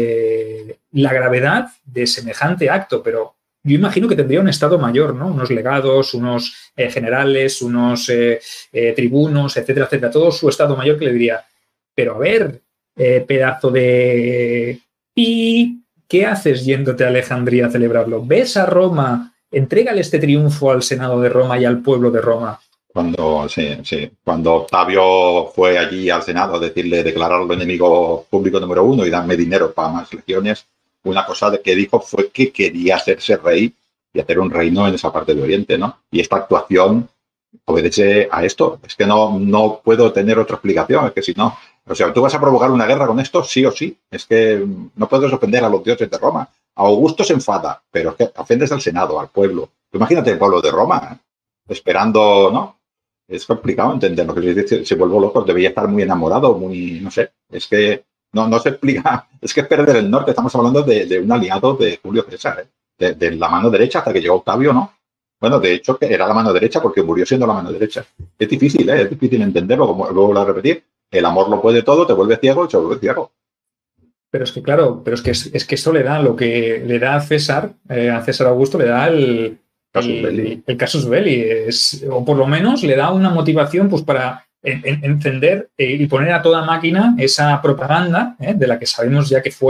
eh, la gravedad de semejante acto, pero yo imagino que tendría un estado mayor, ¿no? Unos legados, unos eh, generales, unos eh, eh, tribunos, etcétera, etcétera, todo su estado mayor que le diría, pero a ver, eh, pedazo de... ¿Y qué haces yéndote a Alejandría a celebrarlo? ¿Ves a Roma? Entrégale este triunfo al Senado de Roma y al pueblo de Roma. Cuando, sí, sí. Cuando Octavio fue allí al Senado a decirle, declararlo enemigo público número uno y darme dinero para más legiones, una cosa que dijo fue que quería hacerse rey y hacer un reino en esa parte de Oriente, ¿no? Y esta actuación obedece a esto. Es que no, no puedo tener otra explicación. Es que si no, o sea, tú vas a provocar una guerra con esto, sí o sí. Es que no puedes ofender a los dioses de Roma. A Augusto se enfada, pero es que ofendes al Senado, al pueblo. Imagínate el pueblo de Roma, ¿eh? Esperando, ¿no? Es complicado entenderlo, que se, se vuelve loco, debía estar muy enamorado, muy, no sé, es que no, no se explica, es que es perder el norte, estamos hablando de, de un aliado de Julio César, ¿eh? de, de la mano derecha hasta que llegó Octavio, ¿no? Bueno, de hecho, que era la mano derecha porque murió siendo la mano derecha. Es difícil, ¿eh? Es difícil entenderlo, como luego lo voy a repetir, el amor lo puede todo, te vuelve ciego y se vuelve ciego. Pero es que, claro, pero es que, es que esto le da lo que le da a César, eh, a César Augusto, le da el... Casus belli. El, el casus belli, es, o por lo menos le da una motivación pues, para en, en, encender eh, y poner a toda máquina esa propaganda, eh, de la que sabemos ya que fue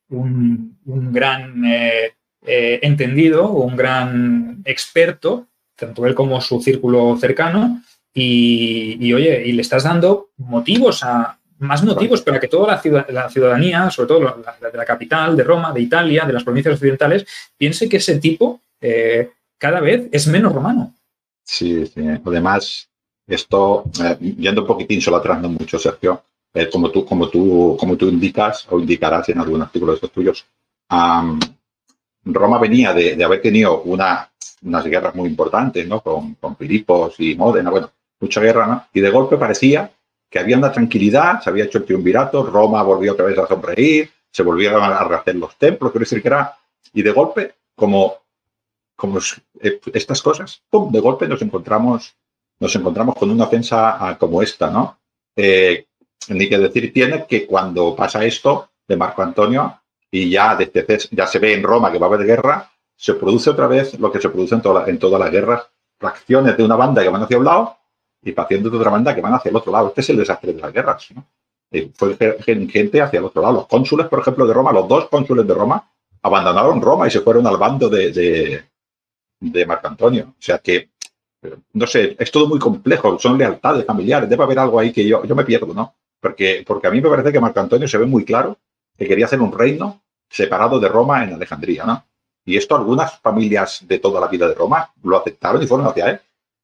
un, un gran eh, eh, entendido, un gran experto, tanto él como su círculo cercano, y, y oye, y le estás dando motivos a más motivos para que toda la, ciudad, la ciudadanía, sobre todo la, la de la capital, de Roma, de Italia, de las provincias occidentales, piense que ese tipo eh, cada vez es menos romano. Sí, sí. Además, esto, eh, yendo un poquitín, solo atrasando mucho, Sergio, eh, como, tú, como, tú, como tú indicas o indicarás en algún artículo de estos tuyos, um, Roma venía de, de haber tenido una, unas guerras muy importantes, ¿no? Con, con Filipos y Módena, bueno, mucha guerra, ¿no? Y de golpe parecía que había una tranquilidad, se había hecho el triunvirato, Roma volvió otra vez a sonreír, se volvieron a rehacer los templos, quiero decir que era, y de golpe, como, como estas cosas, ¡pum!, de golpe nos encontramos, nos encontramos con una ofensa como esta, ¿no? Eh, ni que decir tiene que cuando pasa esto de Marco Antonio, y ya, desde, ya se ve en Roma que va a haber guerra, se produce otra vez lo que se produce en, toda, en todas las guerras, fracciones de una banda que van hacia un lado y facciones de otra banda que van hacia el otro lado. Este es el desastre de las guerras, ¿no? Eh, fue gente hacia el otro lado. Los cónsules, por ejemplo, de Roma, los dos cónsules de Roma, abandonaron Roma y se fueron al bando de, de, de Marco Antonio. O sea que, no sé, es todo muy complejo, son lealtades familiares, debe haber algo ahí que yo, yo me pierdo, ¿no? Porque, porque a mí me parece que Marco Antonio se ve muy claro que quería hacer un reino separado de Roma en Alejandría, ¿no? Y esto algunas familias de toda la vida de Roma lo aceptaron y fueron hacia él.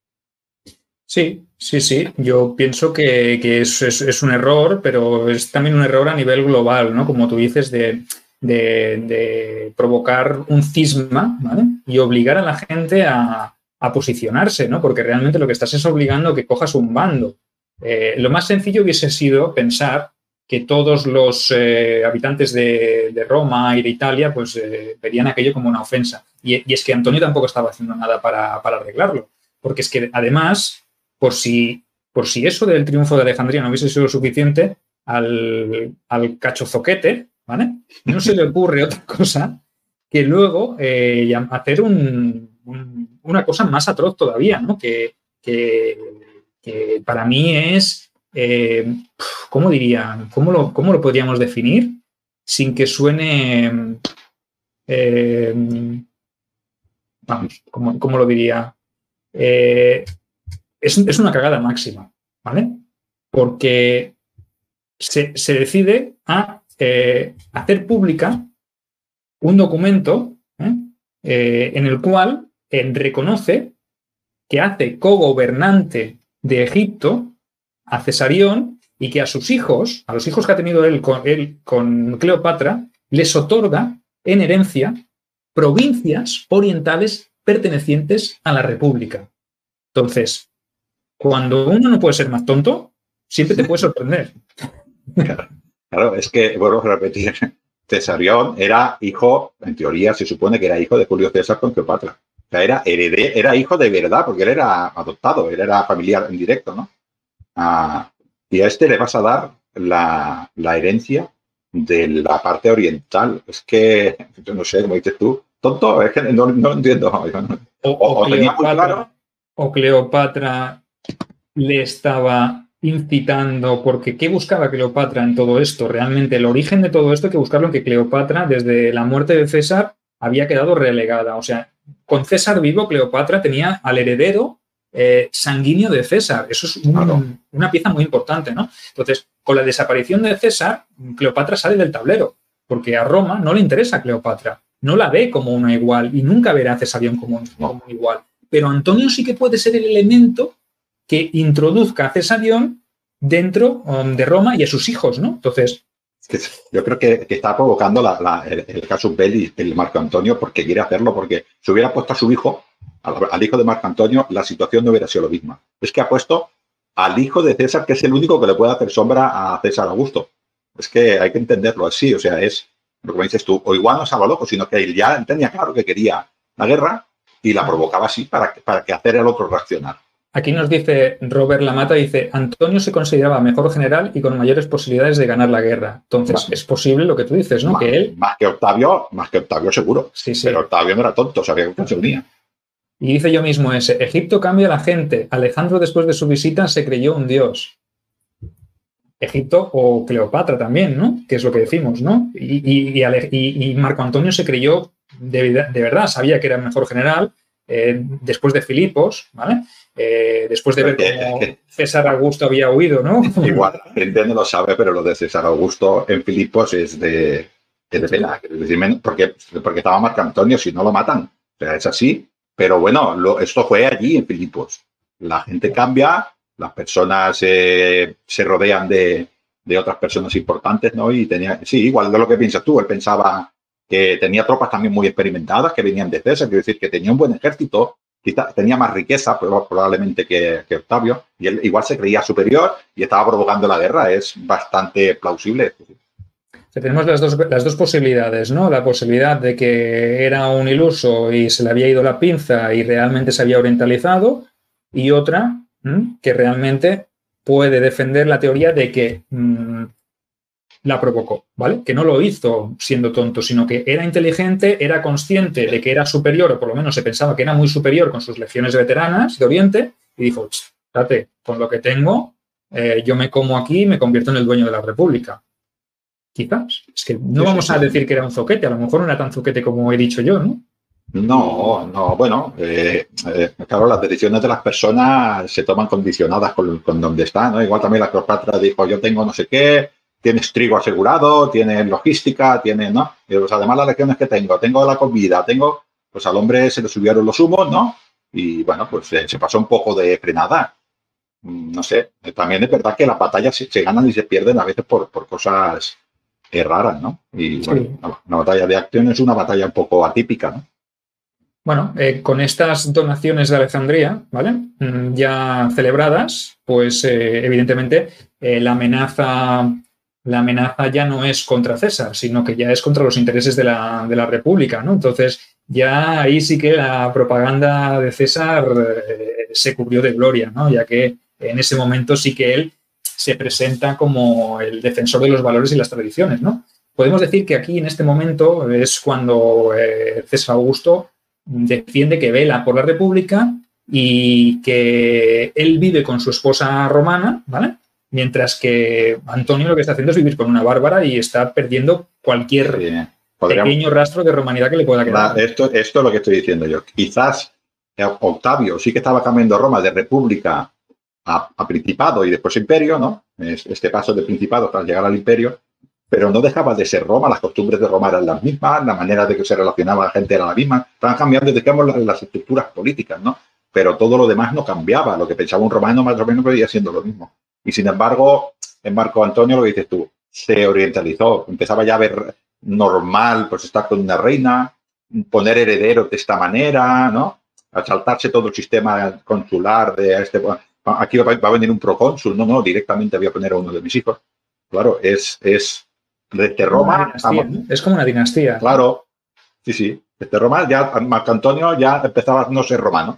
Sí, sí, sí. Yo pienso que, que es, es, es un error, pero es también un error a nivel global, ¿no? Como tú dices, de, de, de provocar un cisma, ¿vale? Y obligar a la gente a, a posicionarse, ¿no? Porque realmente lo que estás es obligando a que cojas un bando. Eh, lo más sencillo hubiese sido pensar que todos los eh, habitantes de, de Roma y de Italia pues eh, verían aquello como una ofensa. Y, y es que Antonio tampoco estaba haciendo nada para, para arreglarlo. Porque es que, además, por si, por si eso del triunfo de Alejandría no hubiese sido suficiente, al, al cachozoquete, ¿vale?, no se le ocurre otra cosa que luego eh, hacer un, un, una cosa más atroz todavía, ¿no? Que, que, que para mí es... Eh, ¿Cómo diría? ¿Cómo lo, cómo lo podríamos definir sin que suene... Eh, vamos, ¿cómo, cómo lo diría? Eh, es, es una cagada máxima, ¿vale? Porque se, se decide a eh, hacer pública un documento ¿eh? Eh, en el cual eh, reconoce que hace cogobernante de Egipto a Cesarión y que a sus hijos, a los hijos que ha tenido él con, él con Cleopatra, les otorga en herencia provincias orientales pertenecientes a la República. Entonces, cuando uno no puede ser más tonto, siempre te puede sorprender. Claro, claro, es que, vuelvo a repetir, Cesarión era hijo, en teoría se supone que era hijo de Julio César con Cleopatra. O sea, era heredero, era hijo de verdad, porque él era adoptado, él era familiar en directo, ¿no? Ah, y a este le vas a dar la, la herencia de la parte oriental. Es que, yo no sé, como dices tú, tonto, es que no, no lo entiendo. O, o, o, tenía muy claro. O Cleopatra le estaba incitando, porque ¿qué buscaba Cleopatra en todo esto? Realmente el origen de todo esto hay que buscarlo en que Cleopatra, desde la muerte de César, había quedado relegada. O sea, con César vivo, Cleopatra tenía al heredero Eh, sanguíneo de César. Eso es un, claro. una pieza muy importante, ¿no? Entonces, con la desaparición de César, Cleopatra sale del tablero, porque a Roma no le interesa a Cleopatra, no la ve como una igual y nunca verá a Cesarión como, como un igual. Pero Antonio sí que puede ser el elemento que introduzca a Cesarión dentro um, de Roma y a sus hijos, ¿no? Entonces... Yo creo que, que está provocando la, la, el, el casus belli el Marco Antonio porque quiere hacerlo, porque si hubiera puesto a su hijo, al, al hijo de Marco Antonio, la situación no hubiera sido la misma. Es que ha puesto al hijo de César, que es el único que le puede hacer sombra a César Augusto. Es que hay que entenderlo así, o sea, es lo que me dices tú, o igual no estaba loco, sino que él ya tenía claro que quería la guerra y la provocaba así para, para que hacer el otro reaccionar. Aquí nos dice Robert Lamata, dice, Antonio se consideraba mejor general y con mayores posibilidades de ganar la guerra. Entonces, más, es posible lo que tú dices, ¿no? Más que él... más que Octavio, más que Octavio seguro. Sí, sí. Pero Octavio no era tonto, sabía que se unía. Y dice yo mismo ese, Egipto cambia a la gente. Alejandro, después de su visita, se creyó un dios. Egipto o Cleopatra también, ¿no? Que es lo que decimos, ¿no? Y, y, y, Ale, y, y Marco Antonio se creyó, de, de verdad, sabía que era el mejor general, eh, después de Filipos, ¿vale? Eh, después de ver cómo César Augusto había huido, ¿no? Igual la gente no lo sabe, pero lo de César Augusto en Filipos es de, es de pena. Es decir, porque, porque estaba Marco Antonio, si no lo matan. O sea, es así. Pero bueno, lo, esto fue allí en Filipos. La gente cambia, las personas eh, se rodean de, de otras personas importantes, ¿no? Y tenía, sí, igual de lo que piensas tú, él pensaba que tenía tropas también muy experimentadas que venían de César, quiero decir que tenía un buen ejército, quizá tenía más riqueza probablemente que, que Octavio, y él igual se creía superior y estaba provocando la guerra, es bastante plausible. Tenemos las dos, las dos posibilidades, ¿no? La posibilidad de que era un iluso y se le había ido la pinza y realmente se había orientalizado, y otra, ¿m? que realmente puede defender la teoría de que mmm, la provocó, ¿vale? Que no lo hizo siendo tonto, sino que era inteligente, era consciente de que era superior, o por lo menos se pensaba que era muy superior con sus legiones veteranas de Oriente, y dijo, fíjate, con lo que tengo, eh, yo me como aquí y me convierto en el dueño de la República. Quizás. Es que no sí, vamos sí, sí. a decir que era un zoquete, a lo mejor no era tan zoquete como he dicho yo, ¿no? No, no, bueno, eh, eh, claro, las decisiones de las personas se toman condicionadas con, con donde están, ¿no? Igual también la Cleopatra dijo, yo tengo no sé qué, tienes trigo asegurado, tienes logística, tienes, ¿no? Y pues además las lecciones que tengo, tengo la comida, tengo, pues al hombre se le subieron los humos, ¿no? Y bueno, pues eh, se pasó un poco de frenada. No sé, también es verdad que las batallas se, se ganan y se pierden a veces por, por cosas eh, raras, ¿no? Y sí. bueno, una, una batalla de acción es una batalla un poco atípica, ¿no? Bueno, eh, con estas donaciones de Alejandría, ¿vale? Mm, ya celebradas, pues eh, evidentemente eh, la amenaza, la amenaza ya no es contra César, sino que ya es contra los intereses de la, de la República, ¿no? Entonces, ya ahí sí que la propaganda de César eh, se cubrió de gloria, ¿no? Ya que en ese momento sí que él se presenta como el defensor de los valores y las tradiciones, ¿no? Podemos decir que aquí en este momento es cuando eh, César Augusto defiende que vela por la República y que él vive con su esposa romana, ¿vale? Mientras que Antonio lo que está haciendo es vivir con una bárbara y está perdiendo cualquier sí, pequeño rastro de romanidad que le pueda quedar. Esto, esto es lo que estoy diciendo yo. Quizás Octavio sí que estaba cambiando Roma de república a, a principado y después imperio, ¿no? Este paso de principado para llegar al imperio, pero no dejaba de ser Roma, las costumbres de Roma eran las mismas, la manera de que se relacionaba la gente era la misma, estaban cambiando, digamos, las, las estructuras políticas, ¿no? Pero todo lo demás no cambiaba, lo que pensaba un romano más o menos seguía siendo lo mismo. Y sin embargo, en Marco Antonio, lo que dices tú, se orientalizó, empezaba ya a ver normal, pues estar con una reina, poner herederos de esta manera, ¿no? A saltarse todo el sistema consular de este, aquí va a venir un procónsul, no, no, directamente voy a poner a uno de mis hijos. Claro, es, es desde Roma... Dinastía, ¿no? Es como una dinastía. Claro, sí, sí. Desde Roma ya Marco Antonio ya empezaba a no ser romano.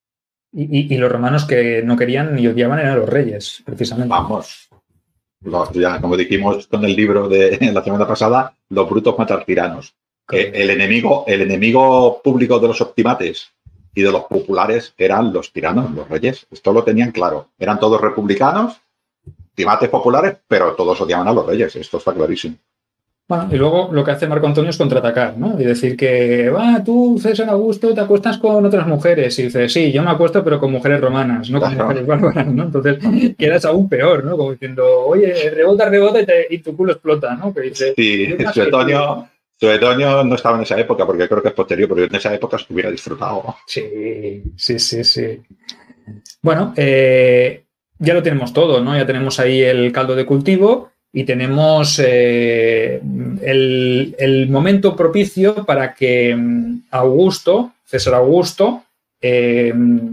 Y, y, y los romanos que no querían ni odiaban eran los reyes, precisamente. Vamos. Los, ya, como dijimos con el libro de la semana pasada, los brutos matar tiranos. Eh, el, enemigo, el enemigo público de los optimates y de los populares eran los tiranos, los reyes. Esto lo tenían claro. Eran todos republicanos, optimates populares, pero todos odiaban a los reyes. Esto está clarísimo. Bueno, y luego lo que hace Marco Antonio es contraatacar, ¿no? Y decir que, va, tú, César Augusto, te acuestas con otras mujeres. Y dice, sí, yo me acuesto, pero con mujeres romanas, no con claro. mujeres bárbaras, ¿no? Entonces, quedas aún peor, ¿no? Como diciendo, oye, rebota, rebota y, te, y tu culo explota, ¿no? Que dice, sí, Suetonio, Suetonio no estaba en esa época, porque creo que es posterior, pero en esa época se hubiera disfrutado. Sí, sí, sí, sí. Bueno, eh, ya lo tenemos todo, ¿no? Ya tenemos ahí el caldo de cultivo. Y tenemos eh, el, el momento propicio para que Augusto, César Augusto, eh,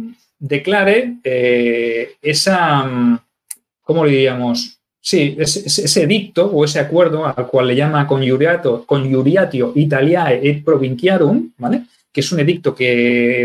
declare eh, esa, ¿cómo le diríamos? Sí, ese, ese edicto o ese acuerdo al cual le llama Conjuriatio, Conjuriatio Italiae et Provinciarum, ¿vale? Que es un edicto que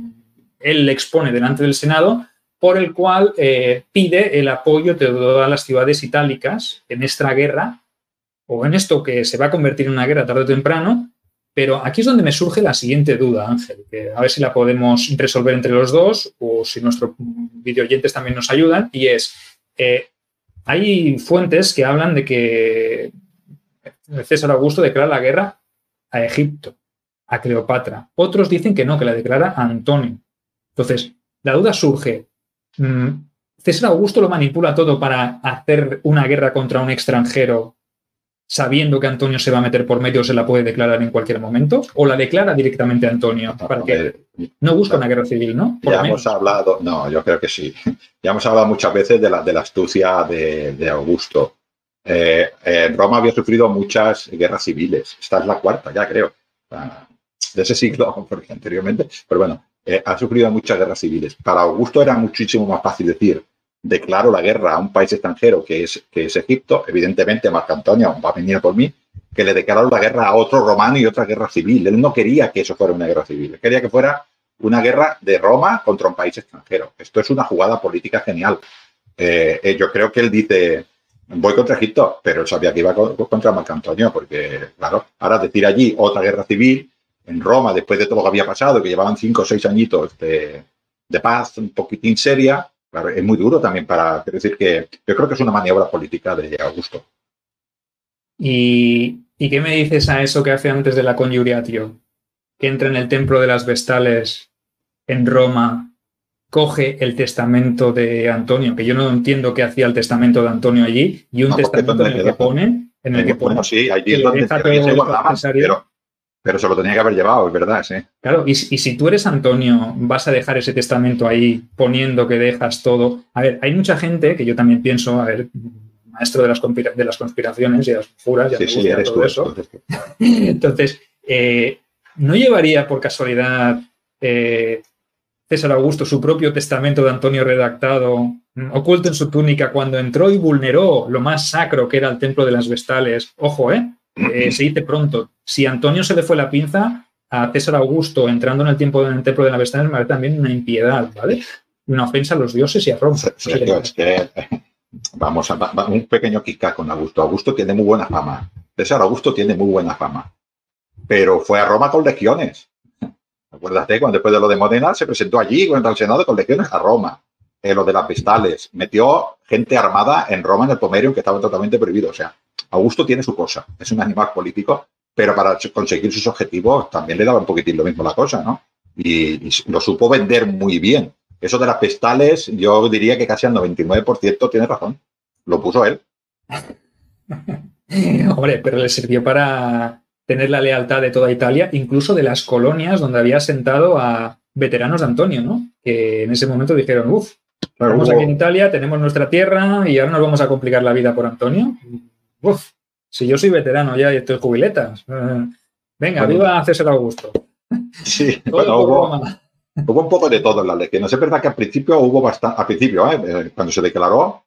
él expone delante del Senado, por el cual eh, pide el apoyo de todas las ciudades itálicas en esta guerra, o en esto que se va a convertir en una guerra tarde o temprano, pero aquí es donde me surge la siguiente duda, Ángel, que a ver si la podemos resolver entre los dos, o si nuestros videoyentes también nos ayudan, y es, eh, hay fuentes que hablan de que César Augusto declara la guerra a Egipto, a Cleopatra. Otros dicen que no, que la declara a Antonio. Entonces, la duda surge. ¿César Augusto lo manipula todo para hacer una guerra contra un extranjero sabiendo que Antonio se va a meter por medio o se la puede declarar en cualquier momento? ¿O la declara directamente a Antonio? Para que no busca una guerra civil, ¿no? Por ya hemos hablado, no, yo creo que sí. Ya hemos hablado muchas veces de la, de la astucia de, de Augusto. Eh, eh, Roma había sufrido muchas guerras civiles. Esta es la cuarta, ya creo, de ese siglo, porque anteriormente, pero bueno, eh, ha sufrido muchas guerras civiles. Para Augusto era muchísimo más fácil decir: declaro la guerra a un país extranjero que es, que es Egipto, evidentemente Marco Antonio va a venir por mí, que le declaro la guerra a otro romano y otra guerra civil. Él no quería que eso fuera una guerra civil, él quería que fuera una guerra de Roma contra un país extranjero. Esto es una jugada política genial. Eh, eh, yo creo que él dice: voy contra Egipto, pero él sabía que iba contra Marco Antonio, porque, claro, ahora decir allí otra guerra civil en Roma, después de todo lo que había pasado, que llevaban cinco o seis añitos de, de paz un poquitín seria, claro, es muy duro también para... Quiero decir que yo creo que es una maniobra política de Augusto. ¿Y, ¿Y qué me dices a eso que hace antes de la Conjuriatio? Que entra en el templo de las Vestales en Roma, coge el testamento de Antonio, que yo no entiendo qué hacía el testamento de Antonio allí, y un no, testamento en el que pone... En el que pone bueno, sí, allí es donde se guardaban, pero, pero se lo tenía que haber llevado, es verdad, sí. Claro, y, y si tú eres Antonio, vas a dejar ese testamento ahí poniendo que dejas todo. A ver, hay mucha gente que yo también pienso, a ver, maestro de las, de las conspiraciones y de las juras, ya sí, me gusta sí, eres todo tú, eso. Entonces, entonces eh, ¿no llevaría por casualidad eh, César Augusto su propio testamento de Antonio redactado, oculto en su túnica, cuando entró y vulneró lo más sacro que era el templo de las Vestales? Ojo, ¿eh? Eh, se dice pronto, si a Antonio se le fue la pinza, a César Augusto entrando en el, tiempo, en el templo de la Vestales me parece también una impiedad, ¿vale? Una ofensa a los dioses y a Roma. Sergio, es que vamos a va, un pequeño quizá con Augusto. Augusto tiene muy buena fama. César Augusto tiene muy buena fama, pero fue a Roma con legiones. Acuérdate, cuando después de lo de Módena se presentó allí contra el Senado con legiones a Roma. Eh, lo de las Vestales, metió gente armada en Roma, en el Pomerium, que estaba totalmente prohibido. O sea, Augusto tiene su cosa, es un animal político, pero para conseguir sus objetivos también le daba un poquitín lo mismo la cosa, ¿no? Y, y lo supo vender muy bien. Eso de las Vestales, yo diría que casi al noventa y nueve por ciento tiene razón. Lo puso él. Hombre, pero le sirvió para tener la lealtad de toda Italia, incluso de las colonias donde había asentado a veteranos de Antonio, ¿no? Que en ese momento dijeron: uff, estamos aquí en Italia, tenemos nuestra tierra y ahora nos vamos a complicar la vida por Antonio. Uf, si yo soy veterano ya y estoy jubiletas. Uh, venga, bueno, viva César Augusto. Sí, bueno, hubo, hubo un poco de todo en la ley. No es verdad que al principio hubo bastante, al principio, ¿eh? Cuando se declaró,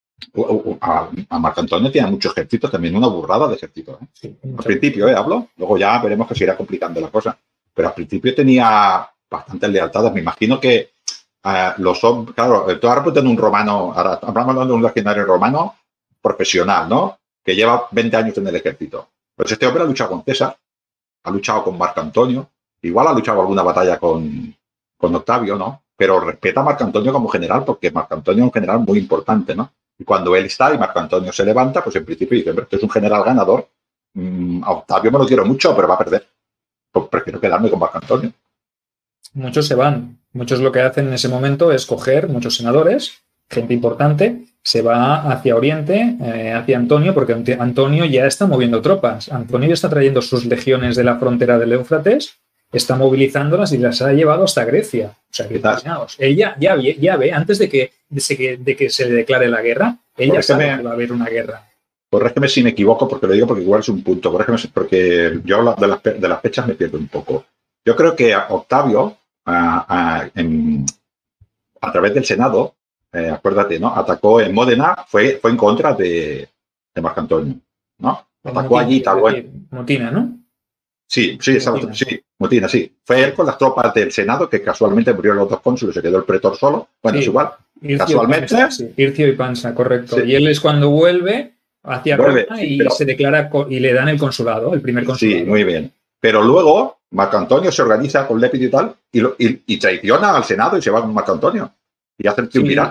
a, a Marco Antonio tenía mucho ejército, también una burrada de ejército. ¿eh? Sí, al principio, ¿eh? Hablo, luego ya veremos que se irá complicando la cosa. Pero al principio tenía bastantes lealtades. Me imagino que uh, los hombres, claro, tú ahora pues en un romano, ahora hablamos hablando de un legionario romano profesional, ¿no? Que lleva veinte años en el ejército. Pues este hombre ha luchado con César, ha luchado con Marco Antonio, igual ha luchado alguna batalla con, con Octavio, ¿no? Pero respeta a Marco Antonio como general, porque Marco Antonio es un general muy importante, ¿no? Y cuando él está y Marco Antonio se levanta, pues en principio dice: hombre, este es un general ganador, mm, a Octavio me lo quiero mucho, pero va a perder. Pues prefiero quedarme con Marco Antonio. Muchos se van. Muchos lo que hacen en ese momento es coger muchos senadores, gente importante, se va hacia Oriente, eh, hacia Antonio, porque Antonio ya está moviendo tropas. Antonio ya está trayendo sus legiones de la frontera del Éufrates, está movilizándolas y las ha llevado hasta Grecia. O sea, que imaginaos, ella ya ve, ya ve antes de que, de, de que se le declare la guerra, ella sabe que va a haber una guerra. Corrígeme si me equivoco, porque lo digo porque igual es un punto. Corrígeme porque yo de las, de las fechas me pierdo un poco. Yo creo que Octavio, a, a, en, a través del Senado, Eh, acuérdate, ¿no? Atacó en Módena, fue, fue en contra de, de Marco Antonio, ¿no? Atacó allí, tal cual. Motina, ¿no? Sí, sí, Motina. sí, Motina, sí. Fue él con las tropas del Senado, que casualmente murieron los dos cónsules, se quedó el pretor solo. Bueno, sí, es igual. Ircio casualmente. Y Panza, sí. Ircio y Panza, correcto. Sí. Y él es cuando vuelve hacia vuelve, Roma sí, y pero... se declara y le dan el consulado, el primer consulado. Sí, muy bien. Pero luego Marco Antonio se organiza con Lépido y tal, y, lo, y, y traiciona al Senado y se va con Marco Antonio. Y hace el triunvirato. Sí,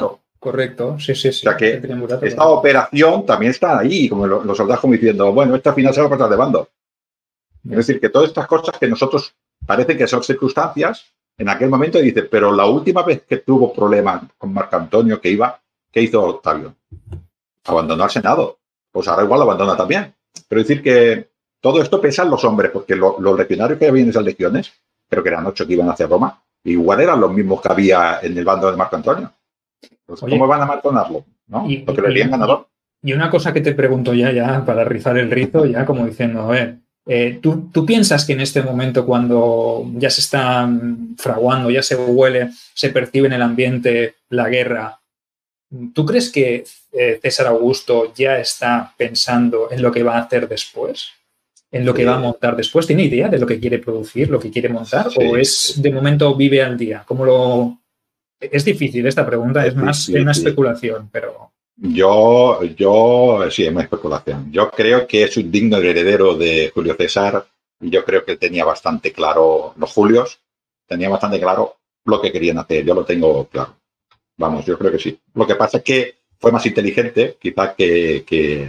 Correcto, sí, sí, sí. O sea que esta operación también está ahí, como los soldados como diciendo, bueno, esta al final se va a pasar de bando. Es decir, que todas estas cosas que nosotros parece que son circunstancias, en aquel momento dice, pero la última vez que tuvo problemas con Marco Antonio que iba, ¿qué hizo Octavio? Abandonó al Senado. Pues ahora igual lo abandona también. Pero decir que todo esto pesa en los hombres, porque lo, los legionarios que había en esas legiones, creo que eran ocho que iban hacia Roma, igual eran los mismos que había en el bando de Marco Antonio. Pues, Oye, ¿cómo van a martonarlo? ¿No? Y, Porque le harían ganador. Y una cosa que te pregunto ya, ya para rizar el rizo, ya como diciendo, a ver, eh, ¿tú, ¿tú piensas que en este momento cuando ya se está fraguando, ya se huele, se percibe en el ambiente la guerra, ¿tú crees que eh, César Augusto ya está pensando en lo que va a hacer después? ¿En lo que sí. va a montar después? ¿Tiene idea de lo que quiere producir, lo que quiere montar? Sí. ¿O es, de momento, vive al día? ¿Cómo lo...? Es difícil esta pregunta, es, es más difícil, una especulación, pero... Yo, yo, sí, es una especulación. Yo creo que es un digno heredero de Julio César y yo creo que él tenía bastante claro, los Julios, tenía bastante claro lo que querían hacer. Yo lo tengo claro. Vamos, yo creo que sí. Lo que pasa es que fue más inteligente, quizás, que, que,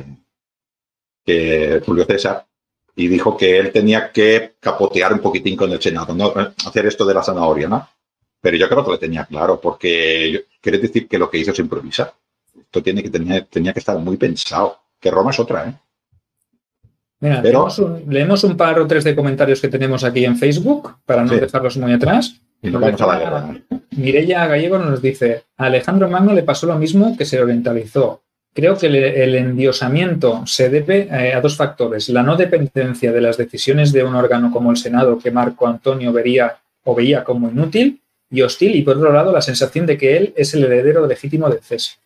que Julio César, y dijo que él tenía que capotear un poquitín con el Senado, ¿no? Hacer esto de la zanahoria, ¿no? Pero yo creo que lo tenía claro, porque quiere decir que lo que hizo se improvisa. Esto tiene que tener, tenía que estar muy pensado. Que Roma es otra, ¿eh? Mira, Pero, leemos, un, leemos un par o tres de comentarios que tenemos aquí en Facebook, para no sí. dejarlos muy atrás. Y nos vamos a la guerra. Mireia Gallego nos dice, a Alejandro Magno le pasó lo mismo que se orientalizó. Creo que el, el endiosamiento se debe eh, a dos factores. La no dependencia de las decisiones de un órgano como el Senado, que Marco Antonio vería o veía como inútil y hostil, y por otro lado la sensación de que él es el heredero legítimo de César.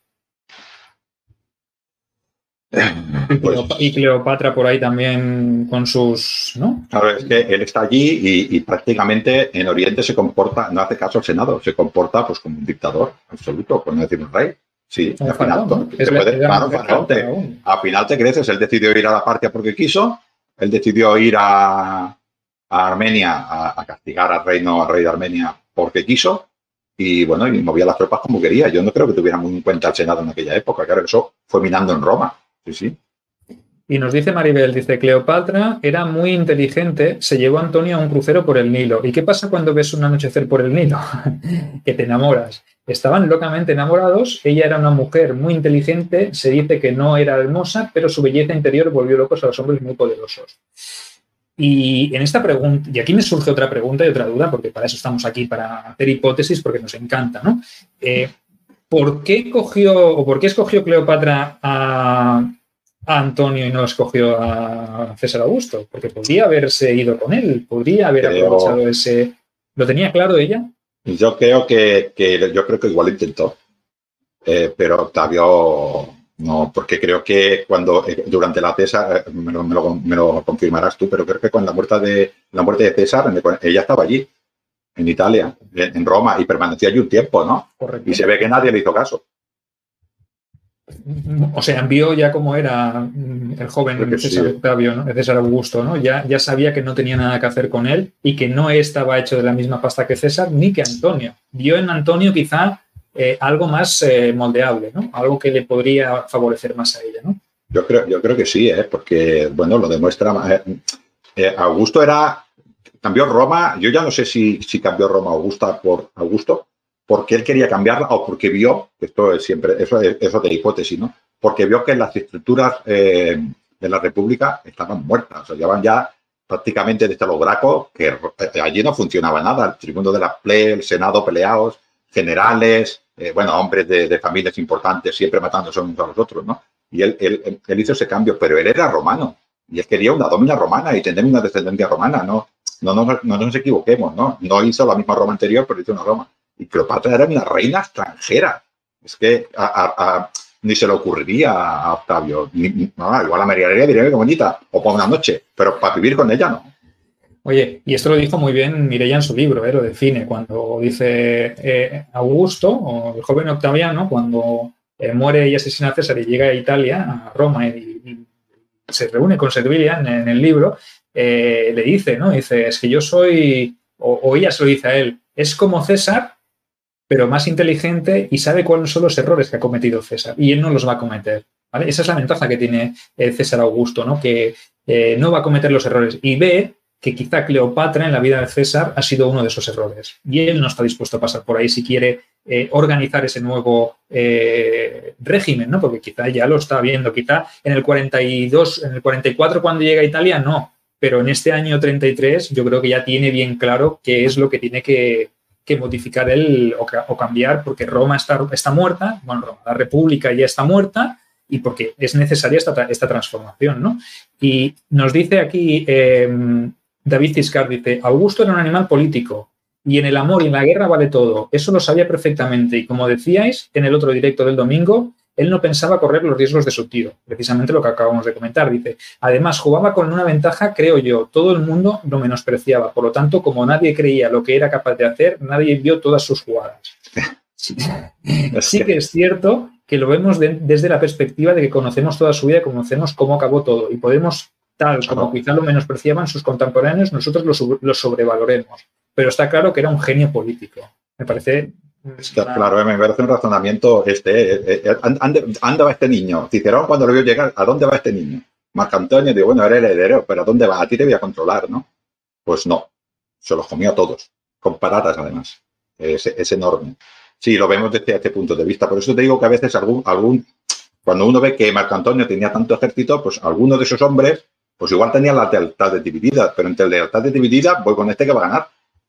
Pues, y Cleopatra por ahí también con sus... ¿no? Claro, es que él está allí y, y prácticamente en Oriente se comporta, no hace caso al Senado, se comporta pues como un dictador absoluto, por no decir un rey. Sí, al final, ¿no? te puede, claro, claro, te, al final te creces. Él decidió ir a la Partia porque quiso, él decidió ir a, a Armenia a, a castigar al reino, al rey de Armenia porque quiso, y bueno, y movía las tropas como quería. Yo no creo que tuviera muy en cuenta el Senado en aquella época, claro, eso fue minando en Roma. Sí, sí. Y nos dice Maribel, dice, Cleopatra era muy inteligente, se llevó a Antonio a un crucero por el Nilo. ¿Y qué pasa cuando ves un anochecer por el Nilo? Que te enamoras. Estaban locamente enamorados, ella era una mujer muy inteligente, se dice que no era hermosa, pero su belleza interior volvió locos a los hombres muy poderosos. Y en esta pregunta, y aquí me surge otra pregunta y otra duda, porque para eso estamos aquí, para hacer hipótesis, porque nos encanta, ¿no? Eh, ¿Por qué cogió, o por qué escogió Cleopatra a... a Antonio y no escogió a César Augusto? Porque podría haberse ido con él, podría haber creo, aprovechado ese... ¿Lo tenía claro ella? Yo creo que, que yo creo que igual lo intentó, eh, pero Octavio no, porque creo que cuando eh, durante la César, eh, me, lo, me, lo, me lo confirmarás tú, pero creo que con la muerte de la muerte de César, ella estaba allí, en Italia, en, en Roma, y permaneció allí un tiempo, ¿no? Correcto. Y se ve que nadie le hizo caso. O sea, vio ya cómo era el joven César sí. Octavio, ¿no? César Augusto, ¿no? Ya, ya sabía que no tenía nada que hacer con él y que no estaba hecho de la misma pasta que César ni que Antonio. Vio en Antonio quizá eh, algo más eh, moldeable, ¿no? Algo que le podría favorecer más a ella, ¿no? Yo creo, yo creo que sí, ¿eh? Porque, bueno, lo demuestra... Eh, eh, Augusto era... Cambió Roma, yo ya no sé si, si cambió Roma Augusta por Augusto, porque él quería cambiarla o porque vio, esto es siempre, eso es, eso de hipótesis, ¿no? Porque vio que las estructuras eh, de la República estaban muertas, o sea, llevaban ya prácticamente desde los Gracos, que allí no funcionaba nada, el tribuno de la plebe, el Senado peleados, generales, eh, bueno, hombres de, de familias importantes siempre matándose unos a los otros, ¿no? Y él, él, él hizo ese cambio, pero él era romano, y él quería una domina romana y tener una descendencia romana, ¿no? No, no, no, no nos equivoquemos, ¿no? No hizo la misma Roma anterior, pero hizo una Roma. Y Cleopatra era una reina extranjera. Es que a, a, a, ni se le ocurriría a Octavio. Ni, no, igual a María Aurelia diría que bonita, o por una noche, pero para vivir con ella no. Oye, y esto lo dijo muy bien Mireia en su libro, ¿eh? Lo define, cuando dice eh, Augusto, o el joven Octaviano, cuando eh, muere y asesina a César y llega a Italia, a Roma, y, y se reúne con Servilia en, en el libro, eh, le dice, ¿no? Dice, es que yo soy, o, o ella se lo dice a él, es como César, pero más inteligente y sabe cuáles son los errores que ha cometido César y él no los va a cometer, ¿vale? Esa es la ventaja que tiene eh, César Augusto, ¿no? Que eh, no va a cometer los errores y ve que quizá Cleopatra en la vida de César ha sido uno de esos errores y él no está dispuesto a pasar por ahí si quiere eh, organizar ese nuevo eh, régimen, ¿no? Porque quizá ya lo está viendo, quizá en el cuarenta y dos, en el cuarenta y cuatro cuando llega a Italia, no, pero en este año treinta y tres yo creo que ya tiene bien claro qué es lo que tiene que, que modificar él o, o cambiar, porque Roma está, está muerta, bueno, Roma, la República ya está muerta y porque es necesaria esta, esta transformación, ¿no? Y nos dice aquí eh, David Ciscar, dice, Augusto era un animal político y en el amor y en la guerra vale todo. Eso lo sabía perfectamente y como decíais en el otro directo del domingo, él no pensaba correr los riesgos de su tío, precisamente lo que acabamos de comentar. Dice, además jugaba con una ventaja, creo yo, todo el mundo lo menospreciaba. Por lo tanto, como nadie creía lo que era capaz de hacer, nadie vio todas sus jugadas. Sí, sí que es cierto que lo vemos de, desde la perspectiva de que conocemos toda su vida, conocemos cómo acabó todo y podemos, tal como quizá lo menospreciaban sus contemporáneos, nosotros lo, lo sobrevaloremos. Pero está claro que era un genio político. Me parece... Una... Claro, me parece un razonamiento este. Eh, eh, ¿Dónde va este niño? Cicerón cuando lo vio llegar, ¿a dónde va este niño? Marco Antonio dice, bueno, eres el heredero, pero ¿a dónde va? A ti te voy a controlar, ¿no? Pues no, se los comió a todos, con patatas además. Es, es enorme. Sí, lo vemos desde este punto de vista. Por eso te digo que a veces algún, algún cuando uno ve que Marco Antonio tenía tanto ejército, pues alguno de esos hombres, pues igual tenía las lealtades divididas, pero entre lealtades divididas voy con este que va a ganar.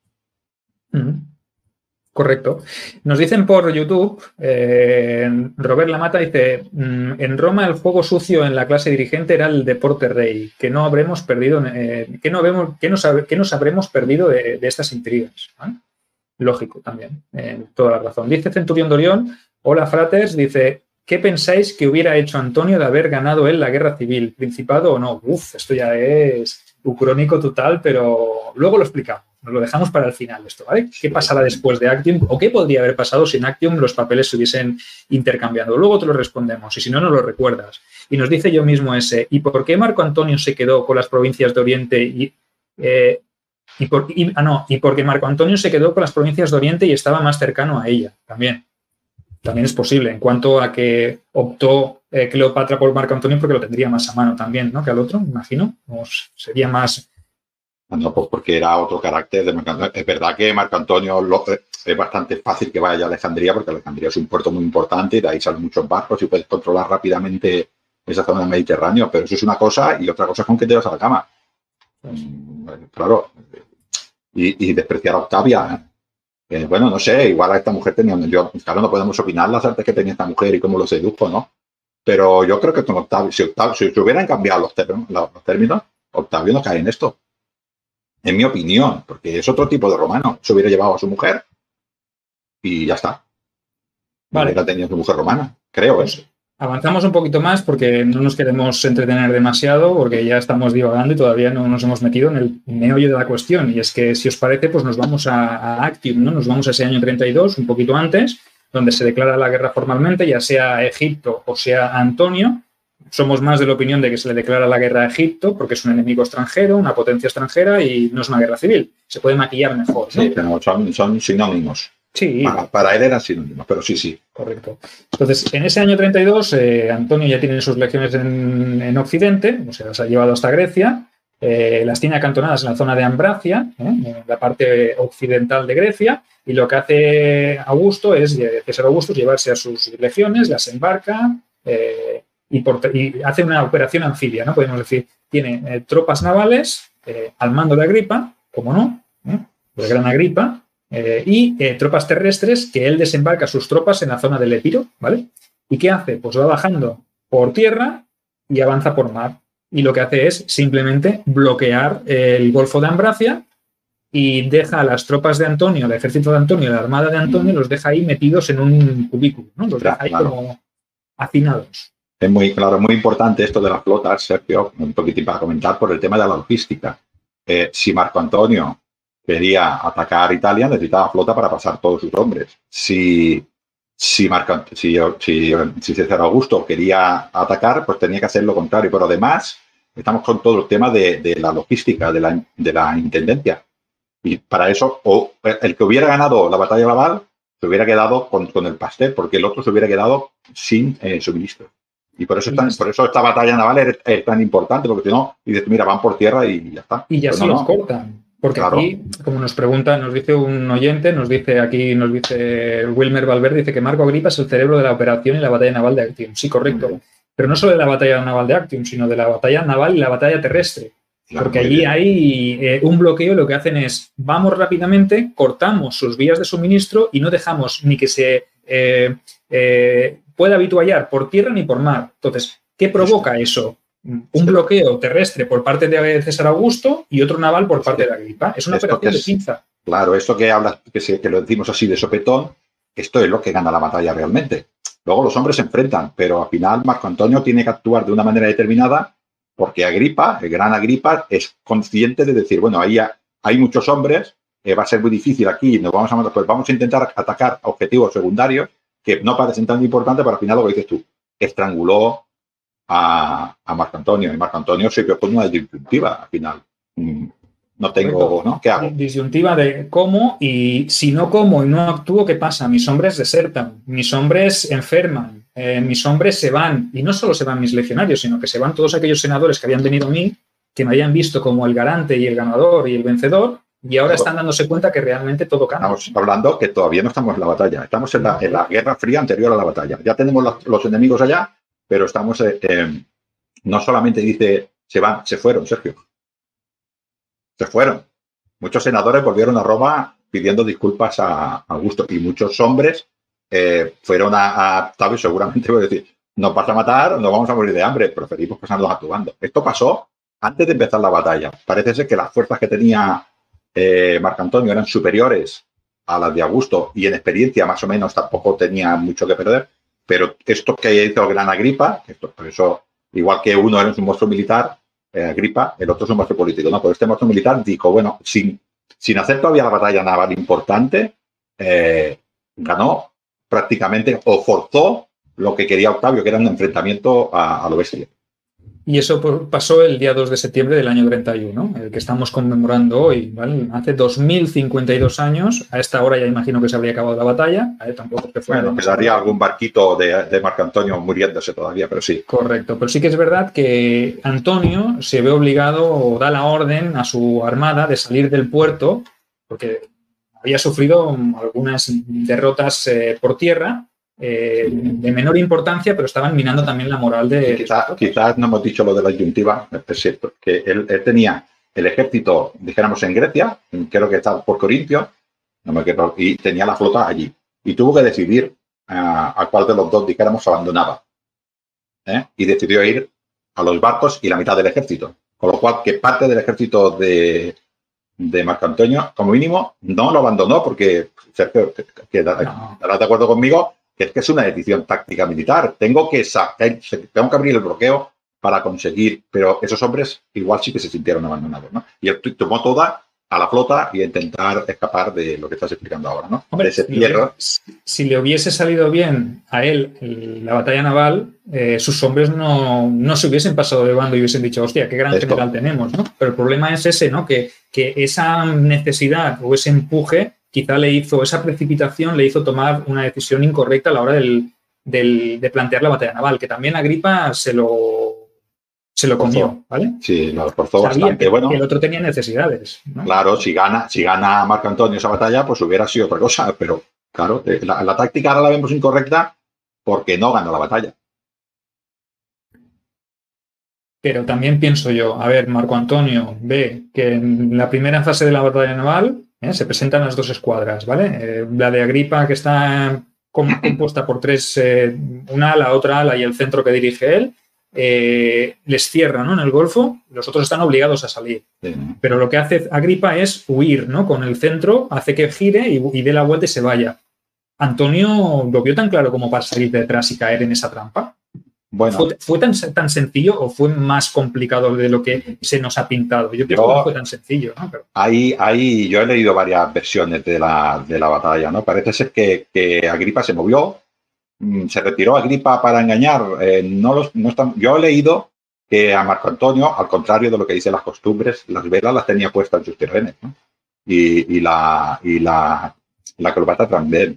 Mm-hmm. Correcto. Nos dicen por YouTube, eh, Robert Lamata dice, en Roma el juego sucio en la clase dirigente era el deporte rey, que no habremos perdido, eh, que no vemos, que nos, que nos habremos perdido de, de estas intrigas, ¿eh? Lógico también, eh, toda la razón. Dice Centurión Dorión, hola fraters, dice, ¿qué pensáis que hubiera hecho Antonio de haber ganado él la guerra civil? ¿Principado o no? Uf, esto ya es ucrónico total, pero luego lo explicamos. Nos lo dejamos para el final esto, ¿vale? ¿Qué pasará después de Actium? ¿O qué podría haber pasado si en Actium los papeles se hubiesen intercambiado? Luego te lo respondemos y si no, no lo recuerdas. Y nos dice yo mismo ese, ¿y por qué Marco Antonio se quedó con las provincias de Oriente y... Eh, y, por, y ah, no, y porque Marco Antonio se quedó con las provincias de Oriente y estaba más cercano a ella, también. También es posible, en cuanto a que optó eh, Cleopatra por Marco Antonio porque lo tendría más a mano también, ¿no? Que al otro, me imagino. O sería más... No, pues porque era otro carácter de Marco Antonio. Es verdad que Marco Antonio lo, es bastante fácil que vaya a Alejandría porque Alejandría es un puerto muy importante y de ahí salen muchos barcos y puedes controlar rápidamente esa zona del Mediterráneo, pero eso es una cosa y otra cosa es con que te vas a la cama. Claro. Y, y despreciar a Octavia. Eh, bueno, no sé, igual a esta mujer tenía... Yo, claro, no podemos opinar las artes que tenía esta mujer y cómo lo sedujo, ¿no? Pero yo creo que con Octavio, si, Octavio, si se hubieran cambiado los términos, los términos, Octavio no cae en esto. En mi opinión, porque es otro tipo de romano. Se hubiera llevado a su mujer y ya está. Vale. Hubiera tenido su mujer romana, creo eso. Avanzamos un poquito más porque no nos queremos entretener demasiado porque ya estamos divagando y todavía no nos hemos metido en el meollo de la cuestión. Y es que, si os parece, pues nos vamos a, a Actium, ¿no? Nos vamos a ese año treinta y dos, un poquito antes, donde se declara la guerra formalmente, ya sea a Egipto o sea a Antonio. Somos más de la opinión de que se le declara la guerra a Egipto porque es un enemigo extranjero, una potencia extranjera y no es una guerra civil. Se puede maquillar mejor, ¿no? Sí, pero son, son sinónimos. Sí. Para, para él eran sinónimos, pero sí, sí. Correcto. Entonces, en ese año treinta y dos, eh, Antonio ya tiene sus legiones en, en Occidente, o sea, las ha llevado hasta Grecia, eh, las tiene acantonadas en la zona de Ambracia, ¿eh? En la parte occidental de Grecia, y lo que hace Augusto es, César Augusto, es llevarse a sus legiones, las embarca eh, y, por, y hace una operación anfibia, ¿no? Podemos decir, tiene eh, tropas navales eh, al mando de Agripa, como no, ¿eh? El gran Agripa, Eh, y eh, tropas terrestres que él desembarca sus tropas en la zona del Epiro, ¿vale? ¿Y qué hace? Pues va bajando por tierra y avanza por mar. Y lo que hace es simplemente bloquear el Golfo de Ambracia y deja a las tropas de Antonio, el ejército de Antonio, la armada de Antonio, los deja ahí metidos en un cubículo, ¿no? Los deja ahí claro. como hacinados. Es muy claro, muy importante esto de las flotas, Sergio, un poquitín para comentar por el tema de la logística. Eh, si Marco Antonio quería atacar Italia, necesitaba flota para pasar todos sus hombres. Si, si, Marco, si, si, si César Augusto quería atacar, pues tenía que hacer lo contrario. Pero además, estamos con todo el tema de, de la logística, de la, de la intendencia. Y para eso, o el que hubiera ganado la batalla naval se hubiera quedado con, con el pastel, porque el otro se hubiera quedado sin eh, suministro. Y por eso, están, por eso esta batalla naval es, es tan importante, porque si no, y dices, mira, van por tierra y ya está. Y ya pues se no, los no. cortan. Porque Claro. Aquí, como nos pregunta, nos dice un oyente, nos dice aquí, nos dice Wilmer Valverde, dice que Marco Agripa es el cerebro de la operación y la batalla naval de Actium. Sí, correcto. Bien. Pero no solo de la batalla naval de Actium, sino de la batalla naval y la batalla terrestre. Claro, Porque muy allí bien. hay eh, un bloqueo, lo que hacen es, vamos rápidamente, cortamos sus vías de suministro y no dejamos ni que se eh, eh, pueda habituallar por tierra ni por mar. Entonces, ¿qué provoca eso? Un bloqueo terrestre por parte de César Augusto y otro naval por parte de Agripa. Es una operación de pinza. Claro, esto que hablas, que, se, que lo decimos así de sopetón, esto es lo que gana la batalla realmente. Luego los hombres se enfrentan, pero al final Marco Antonio tiene que actuar de una manera determinada porque Agripa, el gran Agripa, es consciente de decir, bueno, ahí hay muchos hombres, eh, va a ser muy difícil aquí, nos vamos a, pues vamos a intentar atacar objetivos secundarios que no parecen tan importantes, pero al final lo que dices tú, estranguló a, a Marco Antonio, y Marco Antonio se quedó con una disyuntiva al final. No tengo, ¿no? ¿Qué hago? Disyuntiva de cómo, y si no como y no actúo, ¿qué pasa? Mis hombres desertan, mis hombres enferman, eh, mis hombres se van, y no solo se van mis legionarios, sino que se van todos aquellos senadores que habían venido a mí, que me habían visto como el garante y el ganador y el vencedor, y ahora están dándose cuenta que realmente todo cambia. Estamos hablando que todavía no estamos en la batalla, estamos en la, en la Guerra Fría anterior a la batalla. Ya tenemos los, los enemigos allá, pero estamos, eh, eh, no solamente dice, se van, se fueron, Sergio. Se fueron. Muchos senadores volvieron a Roma pidiendo disculpas a Augusto y muchos hombres eh, fueron a, a Octavio, seguramente voy a decir, nos vas a matar, nos vamos a morir de hambre, preferimos pasarnos a tu bando. Esto pasó antes de empezar la batalla. Parece ser que las fuerzas que tenía eh, Marco Antonio eran superiores a las de Augusto y en experiencia más o menos tampoco tenía mucho que perder, pero esto que hizo el gran Agripa, esto, por eso, igual que uno era un monstruo militar, Eh, Agripa, el otro es un monstruo político, ¿no? Pero este monstruo militar dijo, bueno, sin, sin hacer todavía la batalla naval importante, eh, ganó prácticamente o forzó lo que quería Octavio, que era un enfrentamiento a, a lo bestia. Y eso pasó el día dos de septiembre del año treinta y uno, el que estamos conmemorando hoy, ¿vale? Hace dos mil cincuenta y dos años, a esta hora ya imagino que se habría acabado la batalla, ¿vale? Tampoco que fue bueno, quedaría algún barquito de, de Marco Antonio muriéndose todavía, pero sí. Correcto, pero sí que es verdad que Antonio se ve obligado o da la orden a su armada de salir del puerto, porque había sufrido algunas derrotas eh, por tierra, Eh, de menor importancia, pero estaban minando también la moral de... Quizás quizá no hemos dicho lo de la disyuntiva, es cierto, que él, él tenía el ejército, dijéramos, en Grecia, creo que estaba por Corintio, no me acuerdo, y tenía la flota allí. Y tuvo que decidir uh, a cuál de los dos, dijéramos, abandonaba. ¿eh? Y decidió ir a los barcos y la mitad del ejército. Con lo cual, que parte del ejército de, de Marco Antonio, como mínimo, no lo abandonó porque, Sergio, que, que, estarás de acuerdo conmigo, que es que es una decisión táctica militar. Tengo que, tengo que abrir el bloqueo para conseguir, pero esos hombres igual sí que se sintieron abandonados, ¿no? Y él tomó toda a la flota y a intentar escapar de lo que estás explicando ahora, ¿no? Hombre, de ese si, le, si le hubiese salido bien a él el, la batalla naval, eh, sus hombres no, no se hubiesen pasado de bando y hubiesen dicho, hostia, qué gran Esto. general tenemos, ¿no? Pero el problema es ese, ¿no? Que, que esa necesidad o ese empuje quizá le hizo, esa precipitación le hizo tomar una decisión incorrecta a la hora del, del, de plantear la batalla naval, que también Agripa se lo, se lo comió, ¿vale? Sí, lo forzó Sabía bastante. Que, bueno, que el otro tenía necesidades, ¿no? Claro, si gana, si gana Marco Antonio esa batalla, pues hubiera sido otra cosa, pero claro, la, la táctica ahora la vemos incorrecta porque no ganó la batalla. Pero también pienso yo, a ver, Marco Antonio ve que en la primera fase de la batalla naval ¿eh? se presentan las dos escuadras, ¿vale? Eh, la de Agripa, que está compuesta por tres, eh, una ala, otra ala y el centro que dirige él, eh, les cierra, ¿no? En el Golfo, los otros están obligados a salir. Sí. Pero lo que hace Agripa es huir, ¿no? Con el centro, hace que gire y, y dé la vuelta y se vaya. ¿Antonio lo vio tan claro como para salir detrás y caer en esa trampa? Bueno, ¿Fue, fue tan, tan sencillo o fue más complicado de lo que se nos ha pintado? Yo pienso yo, que no fue tan sencillo, ¿no? Pero... Ahí, ahí yo he leído varias versiones de la, de la batalla, ¿no? Parece ser que, que Agripa se movió, se retiró Agripa para engañar. Eh, no los, no están, yo he leído que a Marco Antonio, al contrario de lo que dicen las costumbres, las velas las tenía puestas en sus tirrenes, ¿no? Y, y, la, y la, la corbata también.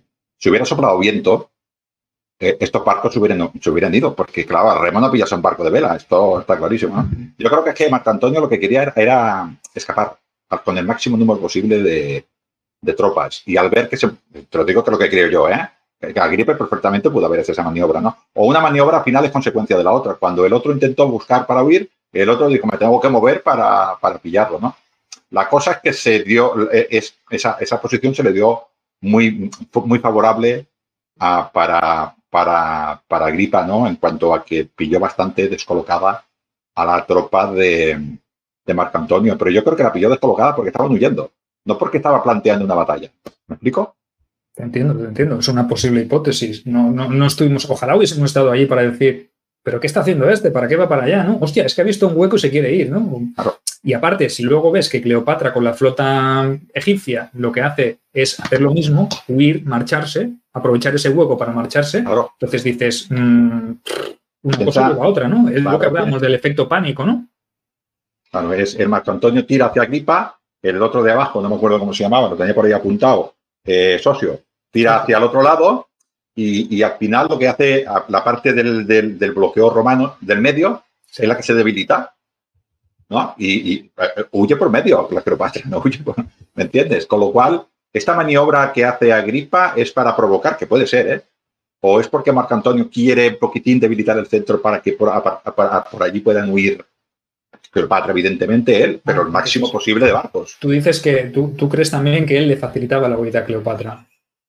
si hubiera soplado viento, eh, estos barcos se hubieran, se hubieran ido, porque claro, a remo no pillas un barco de vela, esto está clarísimo, ¿no? Yo creo que es que Marcantonio lo que quería era, era escapar con el máximo número posible de, de tropas, y al ver que se, te lo digo que es lo que creo yo, ¿eh? Que Agripa perfectamente pudo haber hecho esa maniobra, ¿no? O una maniobra al final es consecuencia de la otra. Cuando el otro intentó buscar para huir, el otro dijo, me tengo que mover para, para pillarlo, ¿no? La cosa es que se dio, es, esa, esa posición se le dio muy, muy favorable a, para, para, para Agripa, ¿no? En cuanto a que pilló bastante descolocada a la tropa de, de Marcantonio. Pero yo creo que la pilló descolocada porque estaban huyendo, no porque estaba planteando una batalla. ¿Me explico? Te entiendo, te entiendo. Es una posible hipótesis. No, no, no estuvimos, ojalá hubiésemos estado allí para decir, ¿pero qué está haciendo este? ¿Para qué va para allá? ¿No? Hostia, es que ha visto un hueco y se quiere ir, ¿no? Claro. Y aparte, si luego ves que Cleopatra con la flota egipcia lo que hace es hacer lo mismo, huir, marcharse, aprovechar ese hueco para marcharse, claro. Entonces dices, mmm, una Piensa, cosa lleva a otra, ¿no? Es claro, lo que hablábamos del efecto pánico, ¿no? Claro, es el Marcantonio tira hacia Agripa, el otro de abajo, no me acuerdo cómo se llamaba, lo tenía por ahí apuntado, eh, Socio, tira hacia el otro lado y, y al final lo que hace la parte del, del, del bloqueo romano del medio sí. es la que se debilita, ¿no? Y, y uh, huye por medio, la Cleopatra, no huye por, ¿me entiendes? Con lo cual, esta maniobra que hace Agripa es para provocar, que puede ser, ¿eh? O es porque Marcantonio quiere un poquitín debilitar el centro para que por, para, para, por allí puedan huir Cleopatra, evidentemente él, pero el máximo posible de barcos. Tú dices que tú, tú crees también que él le facilitaba la huida a Cleopatra.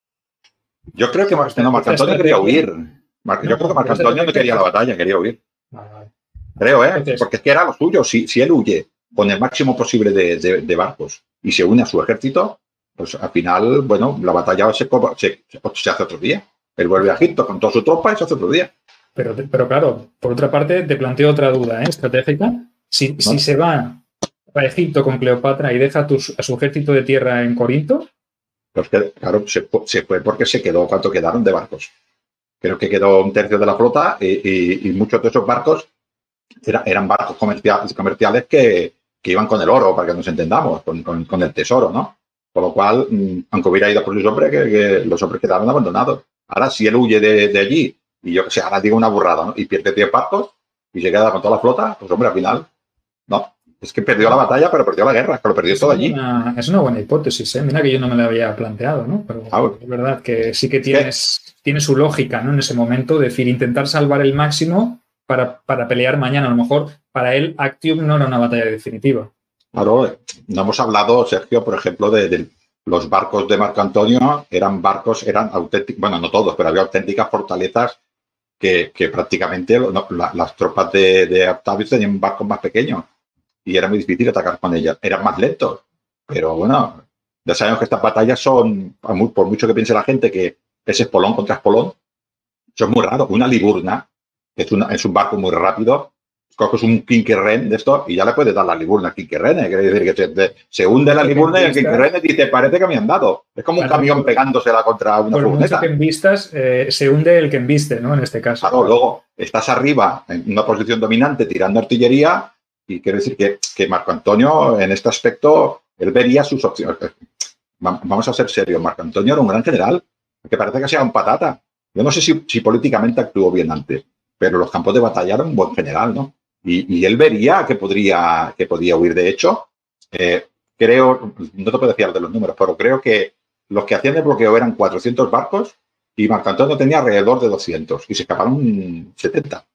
Yo creo que no, Marcantonio quería huir. Mar, no, yo creo que Marcantonio no quería la batalla, quería huir. Vale, vale. Creo, ¿eh? Entonces, porque es que era lo suyo. Si, si él huye con el máximo posible de, de, de barcos y se une a su ejército, pues al final, bueno, la batalla se, se, se hace otro día. Él vuelve a Egipto con toda su tropa y se hace otro día. Pero, pero claro, por otra parte, te planteo otra duda, ¿eh? Estratégica. Si, ¿no? si se va a Egipto con Cleopatra y deja a, tus, a su ejército de tierra en Corinto. Pues que, claro, se, se fue porque se quedó, ¿cuánto quedaron de barcos? Creo que quedó un tercio de la flota y, y, y muchos de esos barcos era, eran barcos comerciales, comerciales que, que iban con el oro, para que nos entendamos, con, con, con el tesoro, ¿no? Con lo cual, aunque hubiera ido por sus hombres, que, que los hombres quedaron abandonados. Ahora, si él huye de, de allí, y yo que sé, ahora digo una burrada, ¿no? Y pierde diez barcos y se queda con toda la flota, pues hombre, al final, no. Es que perdió la batalla, pero perdió la guerra, que lo perdió es todo una, allí. Es una buena hipótesis, ¿eh? Mira que yo no me la había planteado, ¿no? Pero ah, bueno. Es verdad que sí que tienes, ¿Qué? tiene su lógica, ¿no? En ese momento, de decir, intentar salvar el máximo para, para pelear mañana. A lo mejor para él Actium no era una batalla definitiva. Claro, no hemos hablado, Sergio, por ejemplo, de, de los barcos de Marcantonio, eran barcos, eran auténticos, bueno, no todos, pero había auténticas fortalezas que, que prácticamente no, la, las tropas de, de Octavius tenían barcos más pequeños. Y era muy difícil atacar con ellas. Eran más lentos. Pero bueno, ya sabemos que estas batallas son, por mucho que piense la gente que es espolón contra espolón, son muy raros. Una Liburna, que es, una, es un barco muy rápido, coges un Quinquerren de esto y ya le puedes dar la Liburna al Quinquerren. Quiere decir que se, de, se hunde la Liburna y el Quinquerren dice, parece que me han dado. Es como un claro, camión pegándosela contra una por furgoneta. Mucho que envistas, eh, se hunde el que embiste, ¿no? En este caso. Claro, luego estás arriba en una posición dominante tirando artillería. Y quiero decir que, que Marco Antonio, en este aspecto, él vería sus opciones. Vamos a ser serios. Marco Antonio era un gran general, que parece que sea un patata. Yo no sé si, si políticamente actuó bien antes, pero los campos de batalla era un buen general, ¿no? Y, y él vería que podría, que podía huir. De hecho, eh, creo, no te puedo decir de los números, pero creo que los que hacían el bloqueo eran cuatrocientos barcos y Marco Antonio tenía alrededor de doscientos y se escaparon setenta.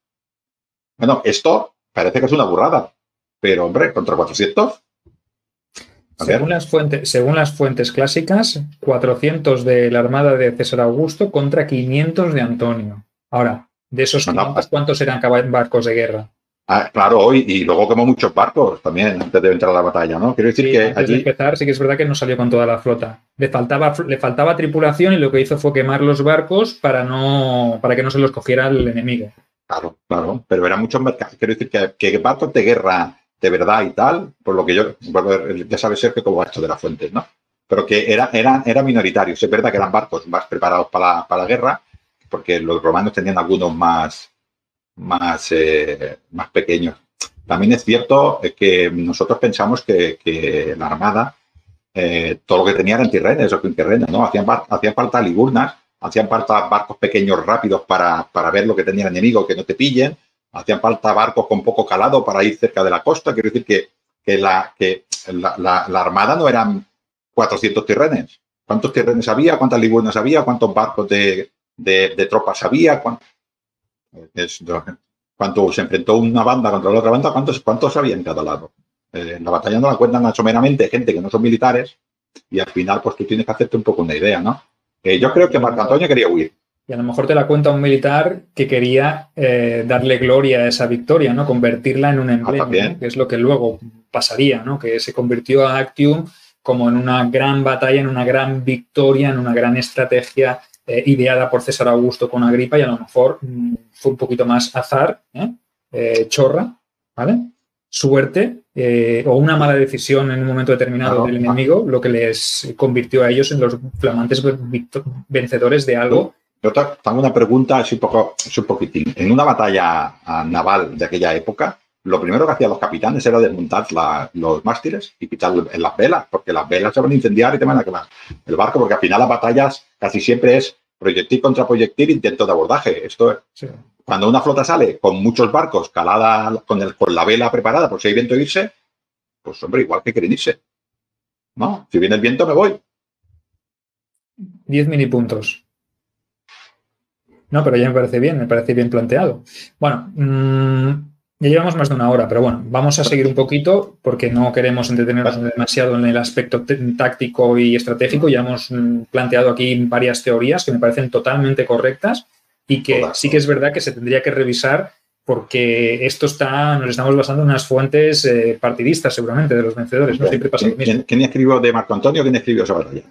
Bueno, esto parece que es una burrada. Pero, hombre, contra cuatrocientos. Según las, fuentes, según las fuentes clásicas, cuatrocientos de la armada de César Augusto contra quinientos de Antonio. Ahora, de esos quinientos, ¿cuántos eran barcos de guerra? Ah, claro, hoy, y luego como muchos barcos también, antes de entrar a la batalla, ¿no? Quiero decir sí, que antes allí... de empezar, sí que es verdad que no salió con toda la flota. Le faltaba, le faltaba tripulación y lo que hizo fue quemar los barcos para, no, para que no se los cogiera el enemigo. Claro, claro, pero eran muchos mercados. Quiero decir que, que barcos de guerra de verdad y tal, por lo que yo, ya sabes ser que como esto de las fuentes, ¿no? Pero que era, era, era minoritario. Es verdad que eran barcos más preparados para, para la guerra, porque los romanos tenían algunos más, más, eh, más pequeños. También es cierto que nosotros pensamos que, que la armada, eh, todo lo que tenía eran tirrenes o quinquerrenes, ¿no? Hacían, hacían falta liburnas, hacían falta barcos pequeños rápidos para, para ver lo que tenía el enemigo, que no te pillen, hacían falta barcos con poco calado para ir cerca de la costa. Quiero decir que, que, la, que la, la, la armada no eran cuatrocientos tirrenes. ¿Cuántos tirrenes había? ¿Cuántas liburnas había? ¿Cuántos barcos de, de, de tropas había? ¿Cuánto, es, cuánto se enfrentó una banda contra la otra banda? ¿Cuántos, cuántos había en cada lado? Eh, en la batalla no la cuentan someramente gente que no son militares y al final pues tú tienes que hacerte un poco una idea, ¿no? Eh, yo creo que Marco Antonio quería huir. Y a lo mejor te la cuenta un militar que quería eh, darle gloria a esa victoria, ¿no? Convertirla en un emblema, ah, ¿no? Que es lo que luego pasaría, ¿no? Que se convirtió a Actium como en una gran batalla, en una gran victoria, en una gran estrategia eh, ideada por César Augusto con Agripa y a lo mejor mmm, fue un poquito más azar, ¿eh? Eh, chorra, ¿vale? Suerte eh, o una mala decisión en un momento determinado claro, del enemigo, lo que les convirtió a ellos en los flamantes vencedores de algo. Yo tengo una pregunta, es un, poco, es un poquitín. En una batalla naval de aquella época, lo primero que hacían los capitanes era desmontar la, los mástiles y quitar las velas, porque las velas se van a incendiar y te van a quemar el barco, porque al final las batallas casi siempre es proyectil contra proyectil, intento de abordaje. Esto es, sí. Cuando una flota sale con muchos barcos calada, con, el, con la vela preparada por si hay viento irse, pues hombre, igual que quieren irse. ¿No? Si viene el viento, me voy. Diez minipuntos. No, pero ya me parece bien, me parece bien planteado. Bueno, mmm, ya llevamos más de una hora, pero bueno, vamos a seguir un poquito porque no queremos entretenernos demasiado en el aspecto táctico y estratégico. Ya hemos mm, planteado aquí varias teorías que me parecen totalmente correctas y que Hola. sí que es verdad que se tendría que revisar porque esto está, nos estamos basando en unas fuentes eh, partidistas seguramente de los vencedores, ¿no? Siempre pasa lo mismo. ¿Quién, ¿Quién escribió de Marco Antonio? ¿Quién escribió esa batalla?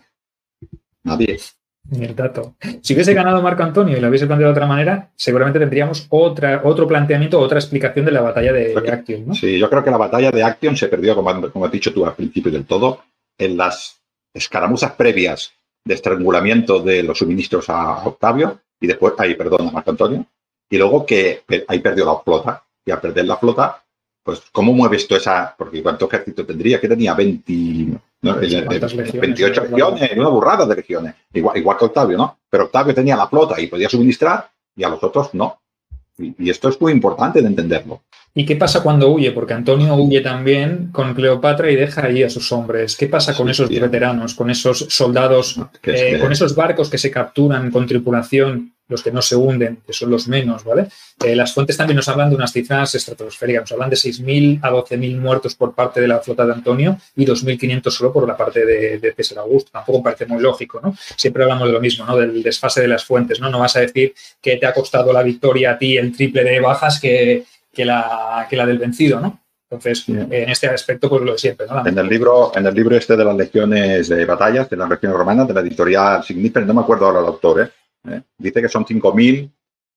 Nadie. Ni el dato. Si hubiese ganado Marco Antonio y lo hubiese planteado de otra manera, seguramente tendríamos otra, otro planteamiento, otra explicación de la batalla de, de Actium, ¿no? Sí, yo creo que la batalla de Actium se perdió, como, como has dicho tú al principio del todo, en las escaramuzas previas de estrangulamiento de los suministros a Octavio y después, ahí, perdón, a Marco Antonio, y luego que ahí perdió la flota. Y al perder la flota, pues, ¿cómo mueves tú esa? Porque ¿cuánto ejército tendría? Que tenía veinte... ¿no? veintiocho legiones, una burrada de legiones, igual, igual que Octavio, ¿no? Pero Octavio tenía la flota y podía suministrar y a los otros no. Y, y esto es muy importante de entenderlo. ¿Y qué pasa cuando huye? Porque Antonio huye también con Cleopatra y deja ahí a sus hombres. ¿Qué pasa con sí, esos bien. veteranos, con esos soldados, eh, que... con esos barcos que se capturan con tripulación, los que no se hunden, que son los menos, ¿vale? Eh, las fuentes también nos hablan de unas cifras estratosféricas, nos hablan de seis mil a doce mil muertos por parte de la flota de Antonio y dos mil quinientos solo por la parte de, de César Augusto. Tampoco me parece muy lógico, ¿no? Siempre hablamos de lo mismo, ¿no? Del desfase de las fuentes, ¿no? No vas a decir que te ha costado la victoria a ti el triple de bajas que, que, la, que la del vencido, ¿no? Entonces, sí. eh, en este aspecto, pues lo de siempre, ¿no? En el libro, en el libro este de las legiones de batallas, de las legiones romanas, de la editorial Signifer, no me acuerdo ahora el autor, ¿eh? ¿Eh? Dice que son cinco mil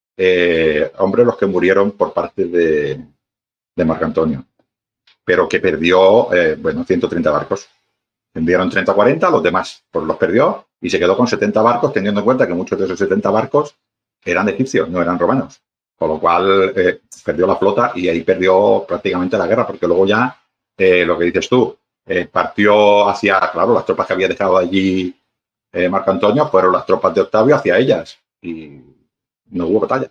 eh, hombres los que murieron por parte de, de Marco Antonio, pero que perdió, eh, bueno, ciento treinta barcos. Enviaron treinta o cuarenta, los demás pues los perdió y se quedó con setenta barcos, teniendo en cuenta que muchos de esos setenta barcos eran egipcios, no eran romanos. Con lo cual eh, perdió la flota y ahí perdió prácticamente la guerra, porque luego ya, eh, lo que dices tú, eh, partió hacia, claro, las tropas que había dejado allí Eh, Marco Antonio fueron las tropas de Octavio hacia ellas y no hubo batalla.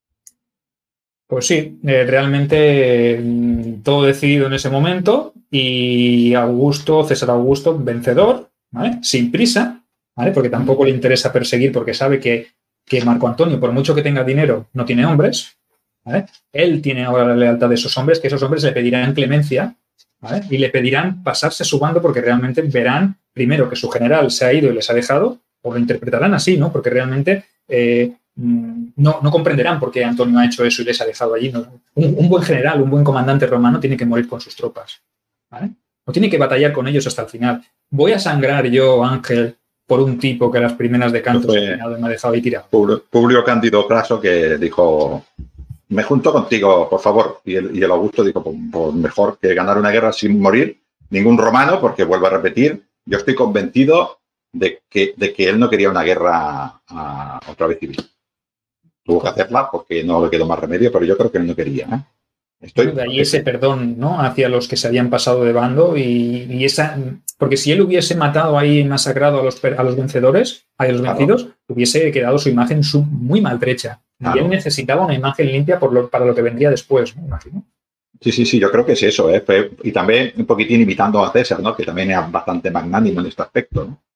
Pues sí, eh, realmente eh, todo decidido en ese momento y Augusto, César Augusto, vencedor, ¿vale? Sin prisa, ¿vale? Porque tampoco le interesa perseguir porque sabe que, que Marco Antonio, por mucho que tenga dinero, no tiene hombres, ¿vale? Él tiene ahora la lealtad de esos hombres, que esos hombres le pedirán clemencia, ¿vale? Y le pedirán pasarse su bando porque realmente verán, primero, que su general se ha ido y les ha dejado, o lo interpretarán así, ¿no? Porque realmente eh, no, no comprenderán por qué Antonio ha hecho eso y les ha dejado allí, ¿no? Un, un buen general, un buen comandante romano tiene que morir con sus tropas, ¿vale? No tiene que batallar con ellos hasta el final. Voy a sangrar yo, Ángel, por un tipo que a las primeras de canto se ha me ha dejado ahí tirado. Publio Cándido Craso, que dijo... Me junto contigo, por favor. Y el, y el Augusto dijo, pues, pues mejor que ganar una guerra sin morir ningún romano, porque vuelvo a repetir, yo estoy convencido de que, de que él no quería una guerra a, otra vez civil. Tuvo que hacerla porque no le quedó más remedio, pero yo creo que él no quería, ¿eh? Estoy, Bueno, de ahí ese perdón, ¿no? Hacia los que se habían pasado de bando y, y esa... Porque si él hubiese matado ahí y masacrado a los, a los vencedores, a los Claro. vencidos, hubiese quedado su imagen sub, muy maltrecha. Claro. Y él necesitaba una imagen limpia por lo, para lo que vendría después, me imagino. Sí, sí, sí, yo creo que es eso, ¿eh? Y también un poquitín imitando a César, ¿no? Que también es bastante magnánimo en este aspecto, ¿no?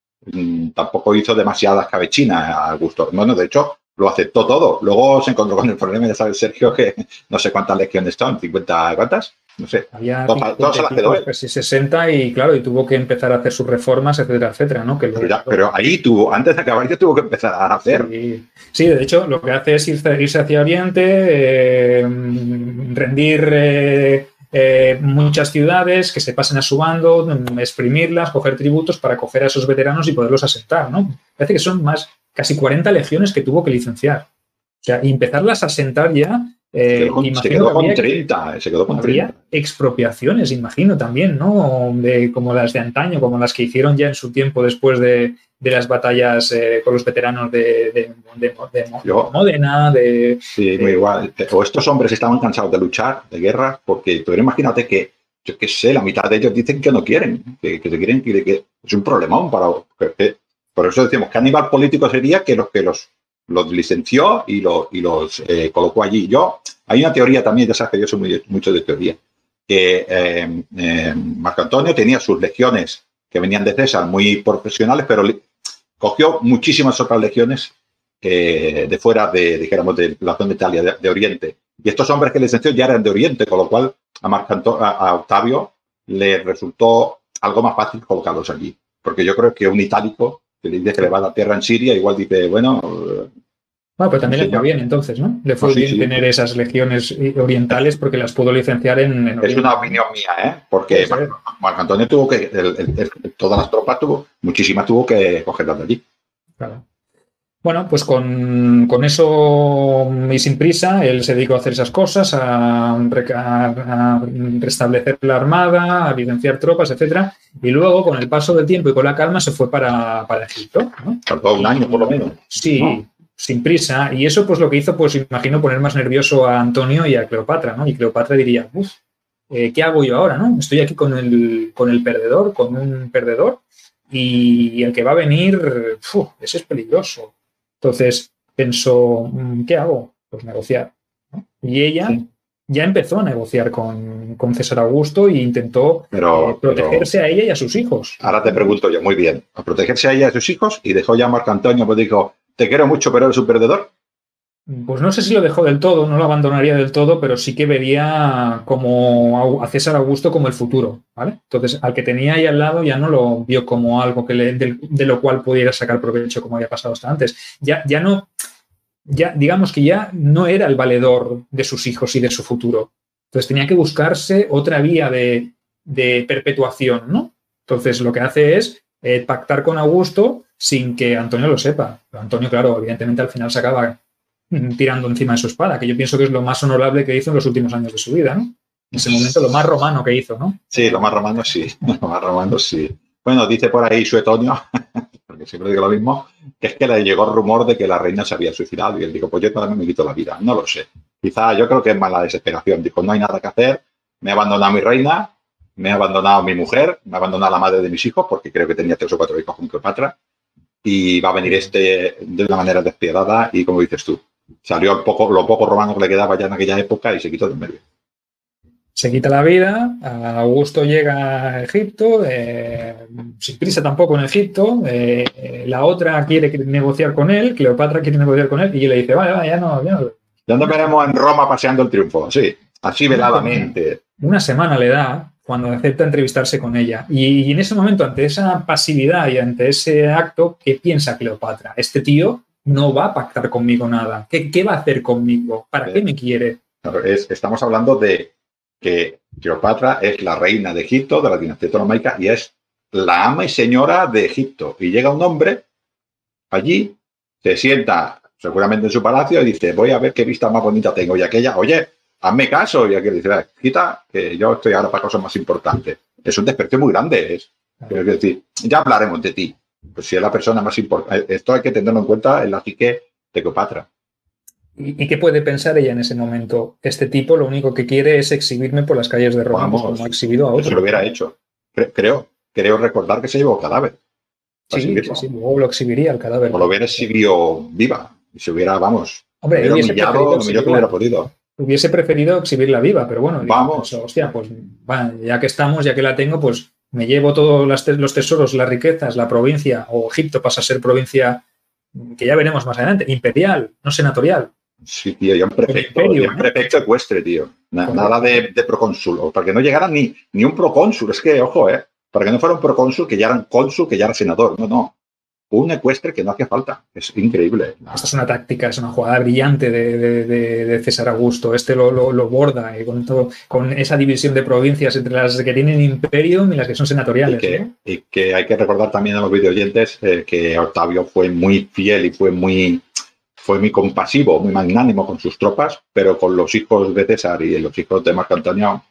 Mm, tampoco hizo demasiadas cabechinas a Augusto. Bueno, de hecho, lo aceptó todo. Luego se encontró con el problema, ya sabes, Sergio, que no sé cuántas legiones son, cincuenta, ¿cuántas? No sé. Había Todas, todas se las quedó él. casi sesenta y claro, y tuvo que empezar a hacer sus reformas, etcétera, etcétera, ¿no? Que pero, ya, pero ahí tuvo, antes de acabar, ya tuvo que empezar a hacer. Sí, sí, de hecho, lo que hace es irse, irse hacia Oriente, eh, rendir eh, eh, muchas ciudades que se pasen a su bando, exprimirlas, coger tributos para coger a esos veteranos y poderlos asentar, ¿no? Parece que son más, casi cuarenta legiones que tuvo que licenciar. O sea, y empezarlas a asentar ya. Eh, se quedó con, se quedó con treinta, se quedó con habría treinta. Expropiaciones, imagino también, ¿no? De, como las de antaño, como las que hicieron ya en su tiempo después de, de las batallas eh, con los veteranos de, de, de, de, de Yo, Módena, de... Sí, muy de, igual. O estos hombres estaban cansados de luchar, de guerra, porque tú imagínate que, yo qué sé, la mitad de ellos dicen que no quieren, que, que se quieren, que, que es un problemón para... Que, por eso decimos que a nivel político sería que los que los los licenció y, lo, y los eh, colocó allí. Yo, hay una teoría también, ya sabes que yo soy muy, mucho de teoría, que eh, eh, Marco Antonio tenía sus legiones que venían de César muy profesionales, pero cogió muchísimas otras legiones eh, de fuera, de, dijéramos, de la zona de Italia, de, de Oriente. Y estos hombres que licenció ya eran de Oriente, con lo cual a, Marco Antonio, a, a Octavio le resultó algo más fácil colocarlos allí. Porque yo creo que un itálico que le dice que le va a la tierra en Siria, igual dice, bueno... Bueno, pero también le fue bien entonces, ¿no? Le fue no, sí, bien sí, tener sí. esas legiones orientales porque las pudo licenciar en, en Es una opinión mía, ¿eh? Porque Marco, Marco Antonio tuvo que, el, el, el, todas las tropas tuvo, muchísimas tuvo que cogerlas de allí. Claro. Bueno, pues con, con eso y sin prisa, él se dedicó a hacer esas cosas, a, a, a restablecer la armada, a licenciar tropas, etcétera. Y luego, con el paso del tiempo y con la calma, se fue para, para Egipto, ¿no? Tardó un año, por lo menos. Sí, ¿no? Sin prisa. Y eso, pues, lo que hizo, pues, imagino, poner más nervioso a Antonio y a Cleopatra, ¿no? Y Cleopatra diría, uff, eh, ¿qué hago yo ahora, no? Estoy aquí con el, con el perdedor, con un perdedor, y el que va a venir, uf, ese es peligroso. Entonces pensó, ¿qué hago? Pues negociar, ¿no? Y ella sí. ya empezó a negociar con, con César Augusto e intentó pero, eh, protegerse pero, a ella y a sus hijos. Ahora te pregunto yo, muy bien, a protegerse a ella y a sus hijos, y dejó ya a Marco Antonio, pues dijo, te quiero mucho, pero eres un perdedor. Pues no sé si lo dejó del todo, no lo abandonaría del todo, pero sí que vería como a César Augusto como el futuro, ¿vale? Entonces, al que tenía ahí al lado ya no lo vio como algo que le, de, de lo cual pudiera sacar provecho como había pasado hasta antes. Ya, ya no, ya digamos que ya no era el valedor de sus hijos y de su futuro. Entonces tenía que buscarse otra vía de, de perpetuación, ¿no? Entonces lo que hace es eh, pactar con Augusto sin que Antonio lo sepa. Pero Antonio, claro, evidentemente al final se acaba tirando encima de su espada, que yo pienso que es lo más honorable que hizo en los últimos años de su vida, ¿no? En ese momento lo más romano que hizo, ¿no? Sí, lo más romano sí, lo más romano sí. Bueno, dice por ahí Suetonio, porque siempre digo lo mismo, que es que le llegó el rumor de que la reina se había suicidado y él dijo, pues yo también me quito la vida, no lo sé. Quizá yo creo que es más la desesperación, dijo, no hay nada que hacer, me ha abandonado mi reina, me ha abandonado mi mujer, me ha abandonado la madre de mis hijos, porque creo que tenía tres o cuatro hijos con Cleopatra, y va a venir este de una manera despiadada y como dices tú, salió el poco, lo poco romano que le quedaba ya en aquella época y se quitó del medio. Se quita la vida, Augusto llega a Egipto, eh, sin prisa tampoco en Egipto, eh, la otra quiere negociar con él, Cleopatra quiere negociar con él y le dice, vale, vale, ya no, ya no. Ya nos veremos en Roma paseando el triunfo, sí, así veladamente. Una semana le da cuando acepta entrevistarse con ella y, y en ese momento, ante esa pasividad y ante ese acto, ¿qué piensa Cleopatra? Este tío no va a pactar conmigo nada. ¿Qué, qué va a hacer conmigo? ¿Para eh, qué me quiere? Es, estamos hablando de que Cleopatra es la reina de Egipto, de la dinastía ptolomaica, y es la ama y señora de Egipto. Y llega un hombre allí, se sienta seguramente en su palacio y dice, voy a ver qué vista más bonita tengo. Y aquella, oye, hazme caso. Y aquel dice, quita, que yo estoy ahora para cosas más importantes. Es un desprecio muy grande. Es, es decir, ya hablaremos de ti. Pues si es la persona más importante, esto hay que tenerlo en cuenta en la psique de Cleopatra. ¿Y, ¿Y qué puede pensar ella en ese momento? Este tipo lo único que quiere es exhibirme por las calles de Roma, Vamos, pues como ha exhibido a eso otro. lo hubiera hecho. Cre- Creo, creo recordar que se llevó cadáver para Sí, sí, exhibirlo. sí, luego lo exhibiría el cadáver. O lo hubiera exhibido viva. Y se hubiera, vamos, Hombre, él hubiera hubiese preferido humillado lo mejor que hubiera exhibirla, podido. hubiese preferido exhibirla viva, pero bueno, dijo, Vamos. pensó, hostia, pues bueno, ya que estamos, ya que la tengo, pues me llevo todos las te- los tesoros, las riquezas, la provincia, o Egipto pasa a ser provincia, que ya veremos más adelante, imperial, no senatorial. Sí, tío, ya un prefecto, imperio, ya un ¿eh? prefecto ecuestre, tío. Na- Correcto. nada de, de procónsul. O para que no llegara ni, ni un procónsul. Es que, ojo, eh. Para que no fuera un procónsul que ya era un cónsul, que ya era senador. No, no. Un ecuestre que no hacía falta. Es increíble. Esta es una táctica, es una jugada brillante de, de, de, de César Augusto. Este lo, lo, lo borda eh, con, todo, con esa división de provincias entre las que tienen imperium y las que son senatoriales. Y que, ¿no? y que hay que recordar también a los videoyentes eh, que Octavio fue muy fiel y fue muy, fue muy compasivo, muy magnánimo con sus tropas, pero con los hijos de César y los hijos de Marco Antonio.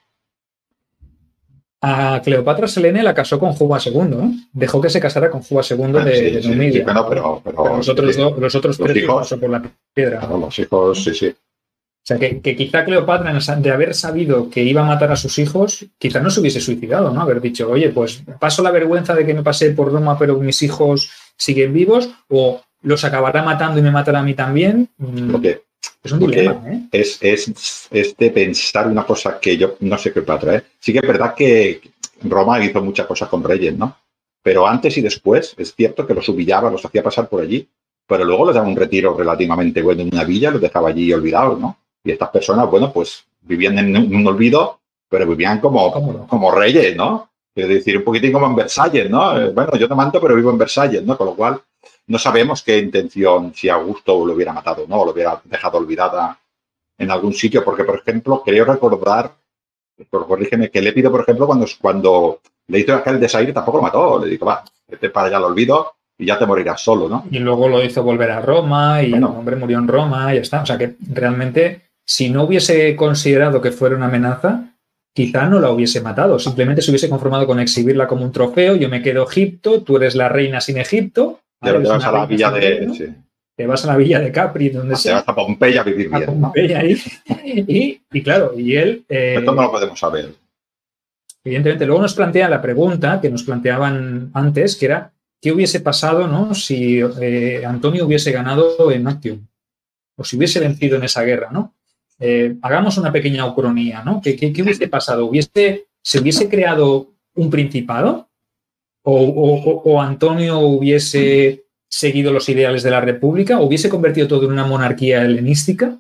A Cleopatra Selene la casó con Juba segundo, ¿eh? Dejó que se casara con Juba segundo de, Sí, de sí, Numidia. sí, bueno, pero, pero, Pero los otros, sí, dos, los otros los tres hijos, los pasó por la piedra. claro, los hijos, sí, sí. O sea, que, que quizá Cleopatra, de haber sabido que iba a matar a sus hijos, quizá no se hubiese suicidado, ¿no? Haber dicho, oye, pues paso la vergüenza de que me pasé por Roma, pero mis hijos siguen vivos, o los acabará matando y me matará a mí también. Lo que, es un lo que dilema, ¿eh? Es, es, es de pensar una cosa que yo no sé qué para traer. Sí que es verdad que Roma hizo muchas cosas con reyes, ¿no? Pero antes y después es cierto que los humillaba, los hacía pasar por allí, pero luego les daba un retiro relativamente bueno en una villa, los dejaba allí olvidados, ¿no? Y estas personas, bueno, pues vivían en un, un olvido, pero vivían como, como reyes, ¿no? Es decir, un poquitín como en Versalles, ¿no? Eh, bueno, yo te mando, pero vivo en Versalles, ¿no? Con lo cual, no sabemos qué intención, si Augusto lo hubiera matado, ¿no? O lo hubiera dejado olvidada en algún sitio, porque, por ejemplo, creo recordar, por, corrígeme, que Lépido, por ejemplo, cuando, cuando le hizo aquel desaire, tampoco lo mató. Le dijo, va, vete para allá al olvido y ya te morirás solo, ¿no? Y luego lo hizo volver a Roma y bueno, el hombre murió en Roma y ya está. O sea que realmente, si no hubiese considerado que fuera una amenaza, quizá no la hubiese matado. Simplemente se hubiese conformado con exhibirla como un trofeo. Yo me quedo Egipto, tú eres la reina sin Egipto. ¿vale? Te vas a la villa de... ¿no? Sí. Te vas a la villa de Capri, donde te sea. Te vas a Pompeya a vivir bien. A Pompeya, ¿no? ahí. Y, y claro, y él... Eh, Esto no lo podemos saber. Evidentemente, luego nos plantea la pregunta que nos planteaban antes, que era ¿qué hubiese pasado, ¿no? si eh, Antonio hubiese ganado en Actium? O si hubiese vencido en esa guerra, ¿no? Eh, hagamos una pequeña ucronía, ¿no? ¿Qué, qué, qué hubiese pasado? ¿Hubiese, ¿Se hubiese creado un principado? ¿O, o, o Antonio hubiese seguido los ideales de la República? ¿O hubiese convertido todo en una monarquía helenística?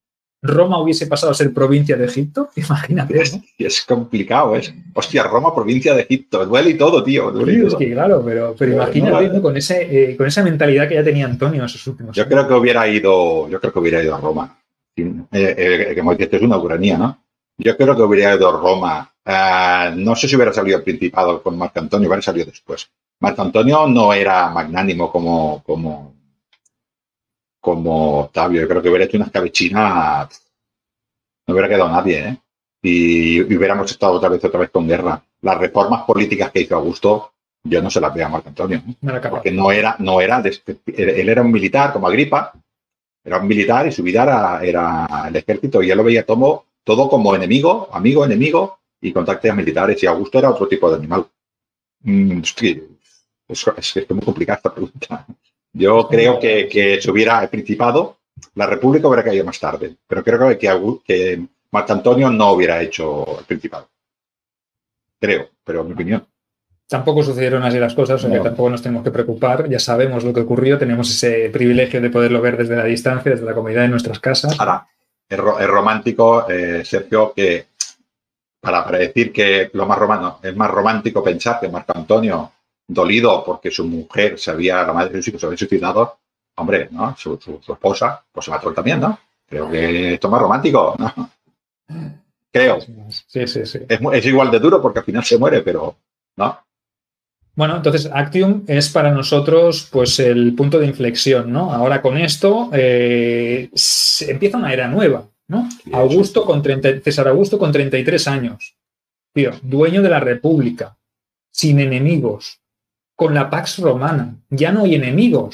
¿Roma hubiese pasado a ser provincia de Egipto? Imagínate, ¿no? Es, es complicado, es. Hostia, Roma, provincia de Egipto. Duele y todo, tío. Duele sí, y todo. Es que claro, pero, pero imagínate, no, ¿no? Con, ese, eh, con esa mentalidad que ya tenía Antonio en sus últimos yo años. Creo que hubiera ido, yo creo que hubiera ido a Roma. Eh, eh, como que esto es una ucrania, ¿no? Yo creo que hubiera ido a Roma. Uh, no sé si hubiera salido el Principado con Marco Antonio, hubiera salido después. Marco Antonio no era magnánimo como, como, como Octavio. Yo creo que hubiera hecho una escabechina. No hubiera quedado nadie, ¿eh? Y, y hubiéramos estado otra vez, otra vez con guerra. Las reformas políticas que hizo Augusto, yo no se las veo a Marco Antonio, ¿eh? No era capaz. Porque no era, no era, él era un militar como Agripa, era un militar y su vida era, era el ejército y él lo veía todo, todo como enemigo, amigo, enemigo y con tácticas militares. Y Augusto era otro tipo de animal. Mm, hostia, es, es, es muy complicada esta pregunta. Yo creo que, que si hubiera el Principado, la República hubiera caído más tarde, pero creo que, que Marco Antonio no hubiera hecho el Principado. Creo, pero en mi opinión. Tampoco sucedieron así las cosas, o sea no. que tampoco nos tenemos que preocupar. Ya sabemos lo que ocurrió, tenemos ese privilegio de poderlo ver desde la distancia, desde la comodidad de nuestras casas. Ahora, es, ro es romántico, eh, Sergio, que para, para decir que lo más romano es más romántico pensar que Marco Antonio, dolido porque su mujer se había, la madre de sus hijos se había suicidado, hombre, ¿no? Su, su, su esposa, pues se mató también, ¿no? Creo que esto es más romántico, ¿no? Creo. Sí, sí, sí. Es, es igual de duro porque al final se muere, pero, ¿no? Bueno, entonces Actium es para nosotros pues el punto de inflexión, ¿no? Ahora con esto eh, se empieza una era nueva, ¿no? Sí, Augusto con treinta, César Augusto con treinta y tres años, tío, dueño de la República, sin enemigos, con la Pax Romana, ya no hay enemigos.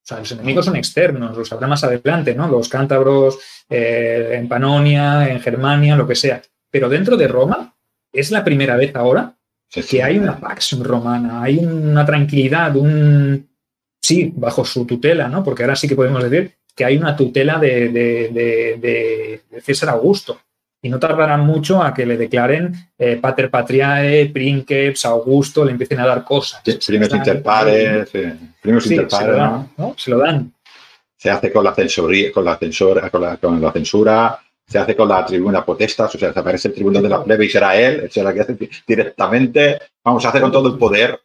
sea, los enemigos son externos, los habrá más adelante, ¿no? Los cántabros eh, en Panonia, en Germania, lo que sea. Pero dentro de Roma es la primera vez ahora Sí, que sí. hay una pax romana, hay una tranquilidad, un... Sí, bajo su tutela, ¿no? Porque ahora sí que podemos decir que hay una tutela de, de, de, de, de César Augusto. Y no tardarán mucho a que le declaren eh, Pater Patriae, Princeps, Augusto, le empiecen a dar cosas. Sí, primus inter pares, sí. Primus Sí, inter se pares, lo dan, ¿no? ¿no? Se lo dan. Se hace con la censoría, con la censura, con la, con la censura, se hace con la tribuna potestas, o sea, se aparece el tribuno de la plebe y será él, él será el que hace directamente. Vamos a hacer con todo el poder.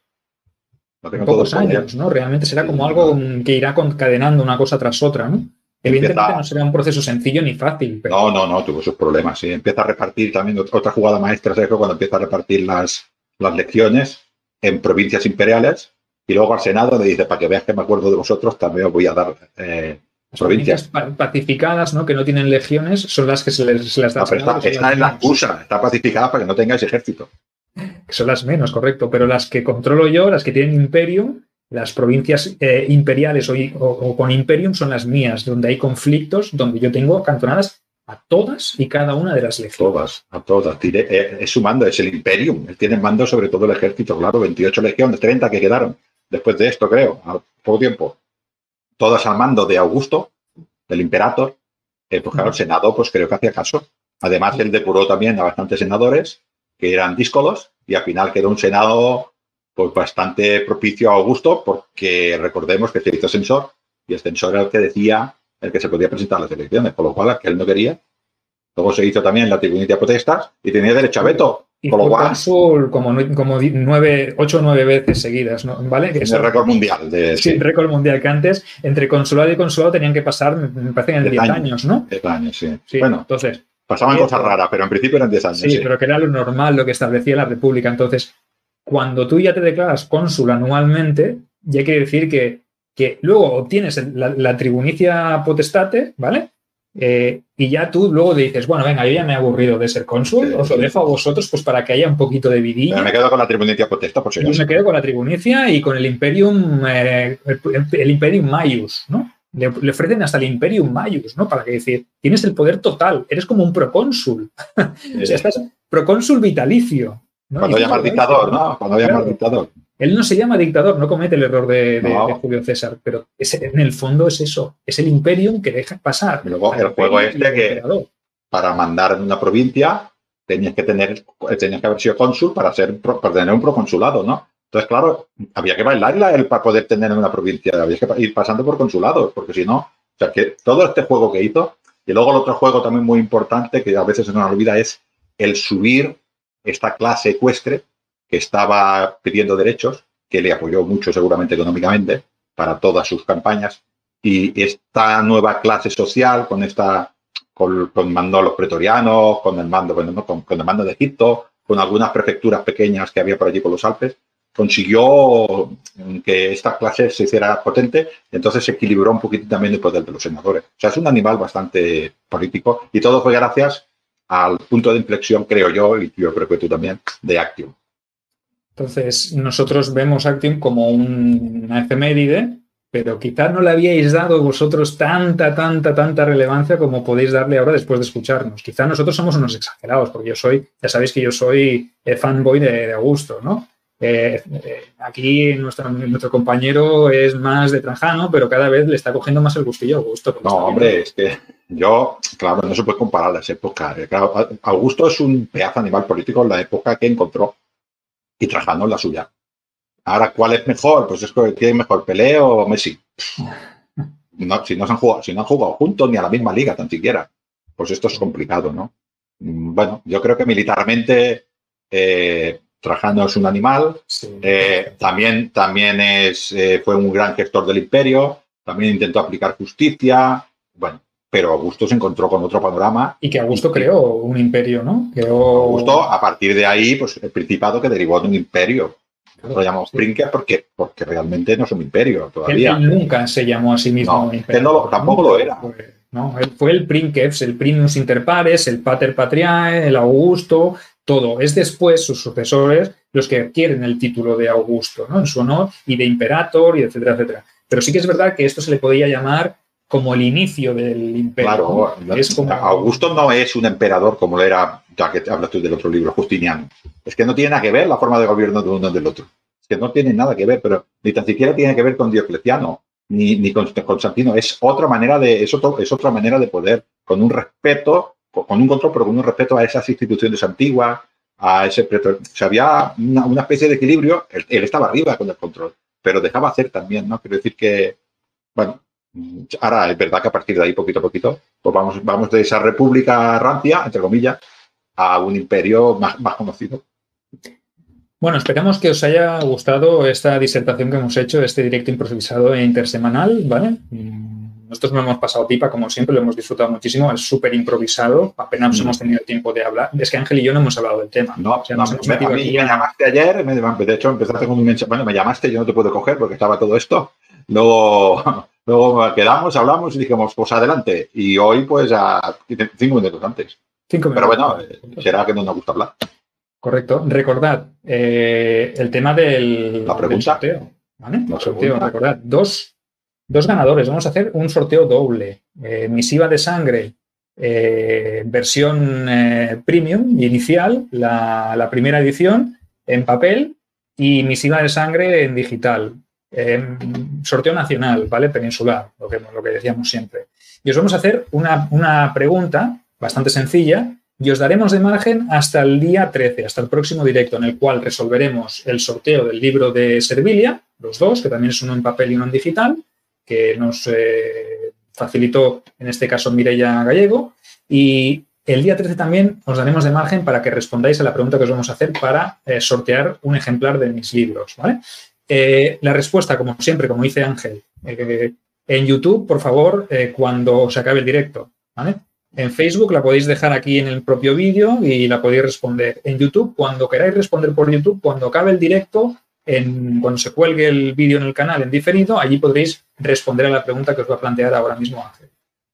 En pocos años, ¿no? Realmente será como algo que irá concadenando una cosa tras otra, ¿no? Evidentemente Empieza... no será un proceso sencillo ni fácil. Pero... No, no, no, tuvo sus problemas. Sí. Empieza a repartir también otra jugada maestra, Sergio, cuando empieza a repartir las, las lecciones en provincias imperiales y luego al Senado le dice, para que veas que me acuerdo de vosotros, también os voy a dar eh, las provincias. provincias pacificadas, ¿no? Que no tienen legiones, son las que se les, se les da. No, pero está, está en la excusa, está pacificada para que no tengáis ejército. Que son las menos, correcto, pero las que controlo yo, las que tienen Imperium, las provincias eh, imperiales o, o, o con Imperium son las mías, donde hay conflictos, donde yo tengo cantonadas a todas y cada una de las legiones. Todas, a todas. Tire, eh, es su mando, es el Imperium. Él tiene mando sobre todo el ejército, claro, veintiocho legiones, treinta que quedaron después de esto, creo, a poco tiempo. Todas al mando de Augusto, del Imperator. Eh, pues claro, el Senado, pues creo que hacía caso. Además, él depuró también a bastantes senadores que eran díscolos y al final quedó un Senado pues bastante propicio a Augusto, porque recordemos que se hizo censor y el censor era el que decía el que se podía presentar a las elecciones, con lo cual, que él no quería. Luego se hizo también la tribunitia potestas y tenía derecho a veto. Y con lo fue cual, cónsul como, como nueve, ocho o nueve veces seguidas, ¿no? ¿Vale? Que tiene récord mundial. De, sí, sí, récord mundial, que antes entre consulado y consulado tenían que pasar, me parece que en diez años, años, ¿no? diez años, sí. sí bueno, entonces... pasaban cosas raras, pero en principio eran diez años. Sí, sí, pero que era lo normal, lo que establecía la República. Entonces, cuando tú ya te declaras cónsul anualmente, ya quiere decir que, que luego obtienes la, la tribunicia potestate, ¿vale? Eh, y ya tú luego dices, bueno, venga, yo ya me he aburrido de ser cónsul, sí, os lo dejo a vosotros pues para que haya un poquito de vidilla. Pero me quedo con la tribunicia potesta, por si acaso. Yo me quedo con la tribunicia y con el Imperium, eh, el, el Imperium Maius, ¿no? Le, le ofrecen hasta el Imperium Maius, ¿no? Para que decir, tienes el poder total, eres como un procónsul. Sí. O sea, estás procónsul vitalicio. ¿no? Cuando llamas dictador, ¿no? Cuando llamas claro. dictador. Él no se llama dictador, no comete el error de, de, no. de Julio César, pero es, en el fondo es eso, es el Imperium que deja pasar. Y luego el juego este que emperador. Para mandar en una provincia tenías que tener, tenías que haber sido cónsul para, ser, para tener un proconsulado, ¿no? Entonces, claro, había que bailarla él para poder tener en una provincia, había que ir pasando por consulados, porque si no, o sea, que todo este juego que hizo, y luego el otro juego también muy importante, que a veces se nos olvida, es el subir esta clase ecuestre que estaba pidiendo derechos, que le apoyó mucho seguramente económicamente para todas sus campañas, y esta nueva clase social con esta, con, con mando a los pretorianos, con el mando, con, con el mando de Egipto, con algunas prefecturas pequeñas que había por allí por los Alpes, consiguió que esta clase se hiciera potente y entonces se equilibró un poquito también el poder de los senadores. O sea, es un animal bastante político y todo fue gracias al punto de inflexión, creo yo, y yo creo que tú también, de Actium. Entonces, nosotros vemos Actium como un, una efeméride, pero quizás no le habíais dado vosotros tanta, tanta, tanta relevancia como podéis darle ahora después de escucharnos. Quizás nosotros somos unos exagerados, porque yo soy, ya sabéis que yo soy fanboy de, de Augusto, ¿no? Eh, eh, aquí nuestro, nuestro compañero es más de Trajano, pero cada vez le está cogiendo más el gustillo a Augusto. No, hombre, es que yo, claro, no se puede comparar las épocas. Claro, Augusto es un pedazo animal político en la época que encontró y Trajano en la suya. Ahora, ¿cuál es mejor? Pues es que ¿quién es mejor, Pelé o Messi? No, si, no se han jugado, si no han jugado juntos ni a la misma liga, tan siquiera. Pues esto es complicado, ¿no? Bueno, yo creo que militarmente eh, Trajano es un animal. Sí. Eh, también también es, eh, fue un gran gestor del imperio. También intentó aplicar justicia. Bueno, pero Augusto se encontró con otro panorama. Y que Augusto y, creó un imperio, ¿no? Creó... Augusto, a partir de ahí, pues el principado que derivó de un imperio. Lo llamamos sí. Princeps porque, porque realmente no es un imperio todavía. Él, él nunca se llamó a sí mismo no, imperio. Él no, tampoco lo era. Fue, no, él fue el Princeps, el Primus Inter Pares, el Pater Patriae, el Augusto, todo. Es después sus sucesores los que adquieren el título de Augusto, ¿no? En su honor, y de Imperator, y etcétera, etcétera. Pero sí que es verdad que esto se le podía llamar como el inicio del imperio. Claro, ¿no? Es como... Augusto no es un emperador como lo era, ya que hablas tú del otro libro, Justiniano. Es que no tiene nada que ver la forma de gobierno de uno del otro. Es que no tiene nada que ver, pero ni tan siquiera tiene que ver con Diocleciano, ni, ni con Constantino. Es otra manera de, es otro, es otra manera de poder, con un respeto, con un control, pero con un respeto a esas instituciones antiguas, a ese pretor. O sea, había una, una especie de equilibrio. Él, él estaba arriba con el control, pero dejaba hacer también, ¿no? Quiero decir que, bueno, ahora es verdad que a partir de ahí, poquito a poquito, pues vamos, vamos de esa república rancia, entre comillas, a un imperio más, más conocido. Bueno, esperamos que os haya gustado esta disertación que hemos hecho, este directo improvisado e intersemanal, ¿vale? Nosotros nos hemos pasado pipa, como siempre, lo hemos disfrutado muchísimo, es súper improvisado, apenas mm. hemos tenido tiempo de hablar. Es que Ángel y yo no hemos hablado del tema. No, o sea, no me, a mí me a... llamaste ayer, me, de hecho empezaste con un mensaje, bueno, me llamaste, yo no te puedo coger porque estaba todo esto, luego, luego quedamos, hablamos y dijimos, pues adelante, y hoy pues a cinco minutos antes. Cinco minutos. Pero bueno, será que no nos gusta hablar. Correcto. Recordad, eh, el tema del, La pregunta. del sorteo. ¿Vale? El sorteo, recordad, dos, dos ganadores. Vamos a hacer un sorteo doble. Eh, misiva de sangre, eh, versión eh, premium, inicial, la, la primera edición, en papel, y misiva de sangre en digital. Eh, sorteo nacional, ¿vale? Peninsular, lo que, lo que decíamos siempre. Y os vamos a hacer una, una pregunta bastante sencilla, y os daremos de margen hasta el día trece, hasta el próximo directo, en el cual resolveremos el sorteo del libro de Servilia, los dos, que también es uno en papel y uno en digital, que nos eh, facilitó, en este caso, Mireia Gallego. Y el día trece también os daremos de margen para que respondáis a la pregunta que os vamos a hacer para eh, sortear un ejemplar de mis libros, ¿vale? Eh, la respuesta, como siempre, como dice Ángel, eh, en YouTube, por favor, eh, cuando se acabe el directo, ¿vale? En Facebook la podéis dejar aquí en el propio vídeo y la podéis responder. En YouTube, cuando queráis responder por YouTube, cuando acabe el directo, en, cuando se cuelgue el vídeo en el canal en diferido, allí podréis responder a la pregunta que os va a plantear ahora mismo Ángel.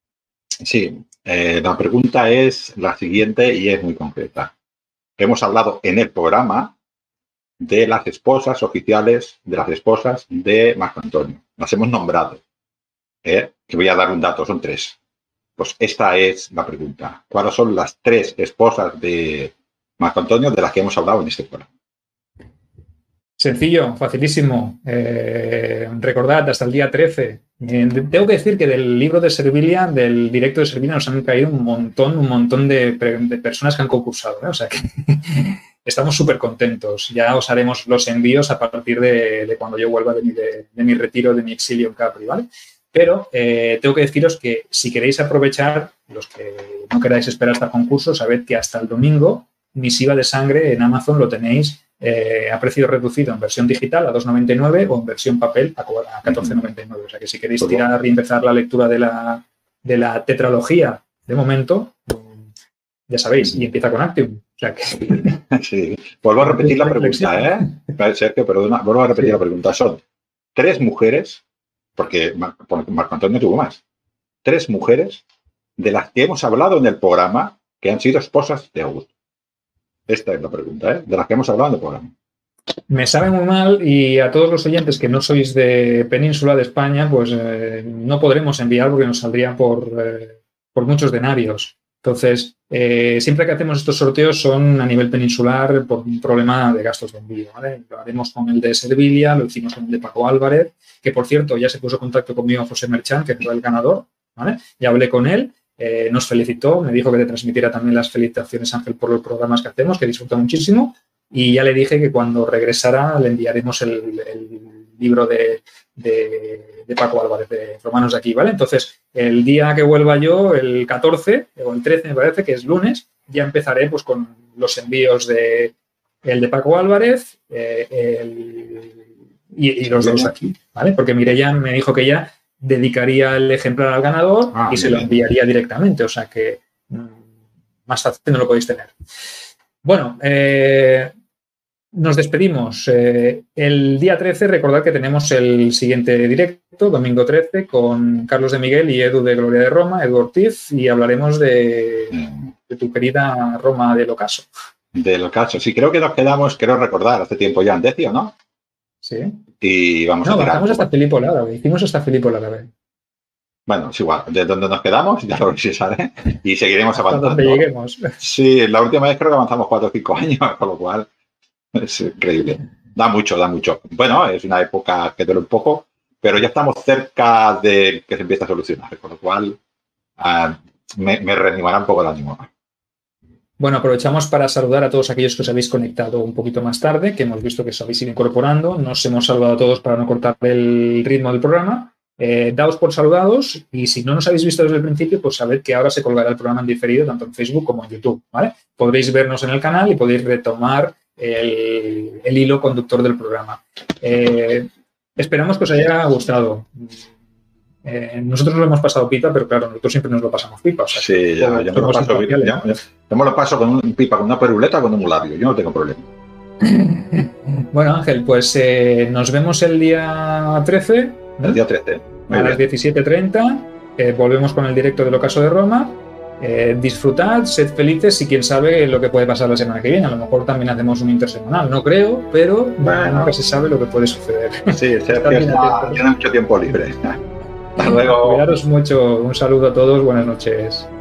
Sí, eh, la pregunta es la siguiente y es muy concreta. Hemos hablado en el programa de las esposas oficiales, de las esposas de Marco Antonio. Las hemos nombrado. ¿eh? Que voy a dar un dato, son tres. Pues esta es la pregunta. ¿Cuáles son las tres esposas de Marco Antonio de las que hemos hablado en este programa? Sencillo, facilísimo. Eh, recordad, hasta el día trece. Eh, tengo que decir que del libro de Servilia, del directo de Servilia, nos han caído un montón, un montón de, de personas que han concursado. ¿eh? O sea que estamos súper contentos. Ya os haremos los envíos a partir de, de cuando yo vuelva de mi, de, de mi retiro, de mi exilio en Capri, ¿vale? Pero eh, tengo que deciros que si queréis aprovechar, los que no queráis esperar hasta el concurso, sabed que hasta el domingo misiva de sangre en Amazon lo tenéis eh, a precio reducido en versión digital a dos noventa y nueve o en versión papel a catorce noventa y nueve. O sea que si queréis tirar y empezar la lectura de la, de la tetralogía de momento, ya sabéis, y empieza con Actium. O sea que... Sí. Vuelvo a repetir la pregunta, ¿eh? Sergio, perdona, vuelvo a repetir sí. la pregunta. Son tres mujeres, porque Marco Antonio tuvo más, tres mujeres de las que hemos hablado en el programa que han sido esposas de Augusto. Esta es la pregunta, ¿eh? De las que hemos hablado en el programa. Me sabe muy mal y a todos los oyentes que no sois de Península de España, pues eh, no podremos enviar porque nos saldría por, eh, por muchos denarios. Entonces, eh, siempre que hacemos estos sorteos son a nivel peninsular por un problema de gastos de envío, ¿vale? Lo haremos con el de Servilia, lo hicimos con el de Paco Álvarez, que por cierto ya se puso en contacto conmigo José Merchán, que fue el ganador, ¿vale? Ya hablé con él, eh, nos felicitó, me dijo que te transmitiera también las felicitaciones, Ángel, por los programas que hacemos, que disfruta muchísimo, y ya le dije que cuando regresara le enviaremos el, el libro de, de, de Paco Álvarez, de Romanos de aquí, ¿vale? Entonces, el día que vuelva yo, el catorce o el trece, me parece, que es lunes, ya empezaré pues con los envíos de el de Paco Álvarez eh, el, y, y los dos aquí, ¿vale? Porque Mireia me dijo que ya dedicaría el ejemplar al ganador ah, y se lo enviaría directamente, o sea que mmm, más fácil no lo podéis tener. Bueno, eh, nos despedimos. Eh, el día trece, recordad que tenemos el siguiente directo, domingo trece, con Carlos de Miguel y Edu de Gloria de Roma, Edu Ortiz, y hablaremos de, de tu querida Roma del Ocaso. Del Ocaso. Sí, creo que nos quedamos, quiero recordar, hace tiempo ya en Decio, ¿no? Sí. y vamos no, a tirar. bajamos hasta Filipo Árabe, hicimos hasta Filipo Árabe. Bueno, es igual, de donde nos quedamos, ya lo si sale, y seguiremos Hasta avanzando. donde lleguemos. Sí, la última vez creo que avanzamos cuatro o cinco años, con lo cual es increíble. Da mucho, da mucho. Bueno, es una época que duele un poco, pero ya estamos cerca de que se empiece a solucionar, con lo cual uh, me, me reanimará un poco el ánimo. Bueno, aprovechamos para saludar a todos aquellos que os habéis conectado un poquito más tarde, que hemos visto que os habéis ido incorporando. Nos hemos saludado a todos para no cortar el ritmo del programa. Eh, daos por saludados y si no nos habéis visto desde el principio, pues sabed que ahora se colgará el programa en diferido tanto en Facebook como en YouTube, ¿vale? Podréis vernos en el canal y podéis retomar el, el hilo conductor del programa. Eh, esperamos que os haya gustado. Eh, nosotros lo hemos pasado pipa, pero claro, nosotros siempre nos lo pasamos pipa. O sea, sí, ya, yo, me lo paso, yo, yo me lo paso con un pipa, con una peruleta, con un labio. Yo no tengo problema. Bueno, Ángel, pues eh, nos vemos el día trece. ¿no? El día trece. Muy a bien. Las diecisiete treinta. Eh, volvemos con el directo del Ocaso de Roma. Eh, disfrutad, sed felices y quién sabe lo que puede pasar la semana que viene. A lo mejor también hacemos un intersemanal. No creo, pero bueno, nunca se sabe lo que puede suceder. Sí, Sergio está, tiene mucho tiempo libre. Hasta luego. Cuidaros mucho. Un saludo a todos. Buenas noches.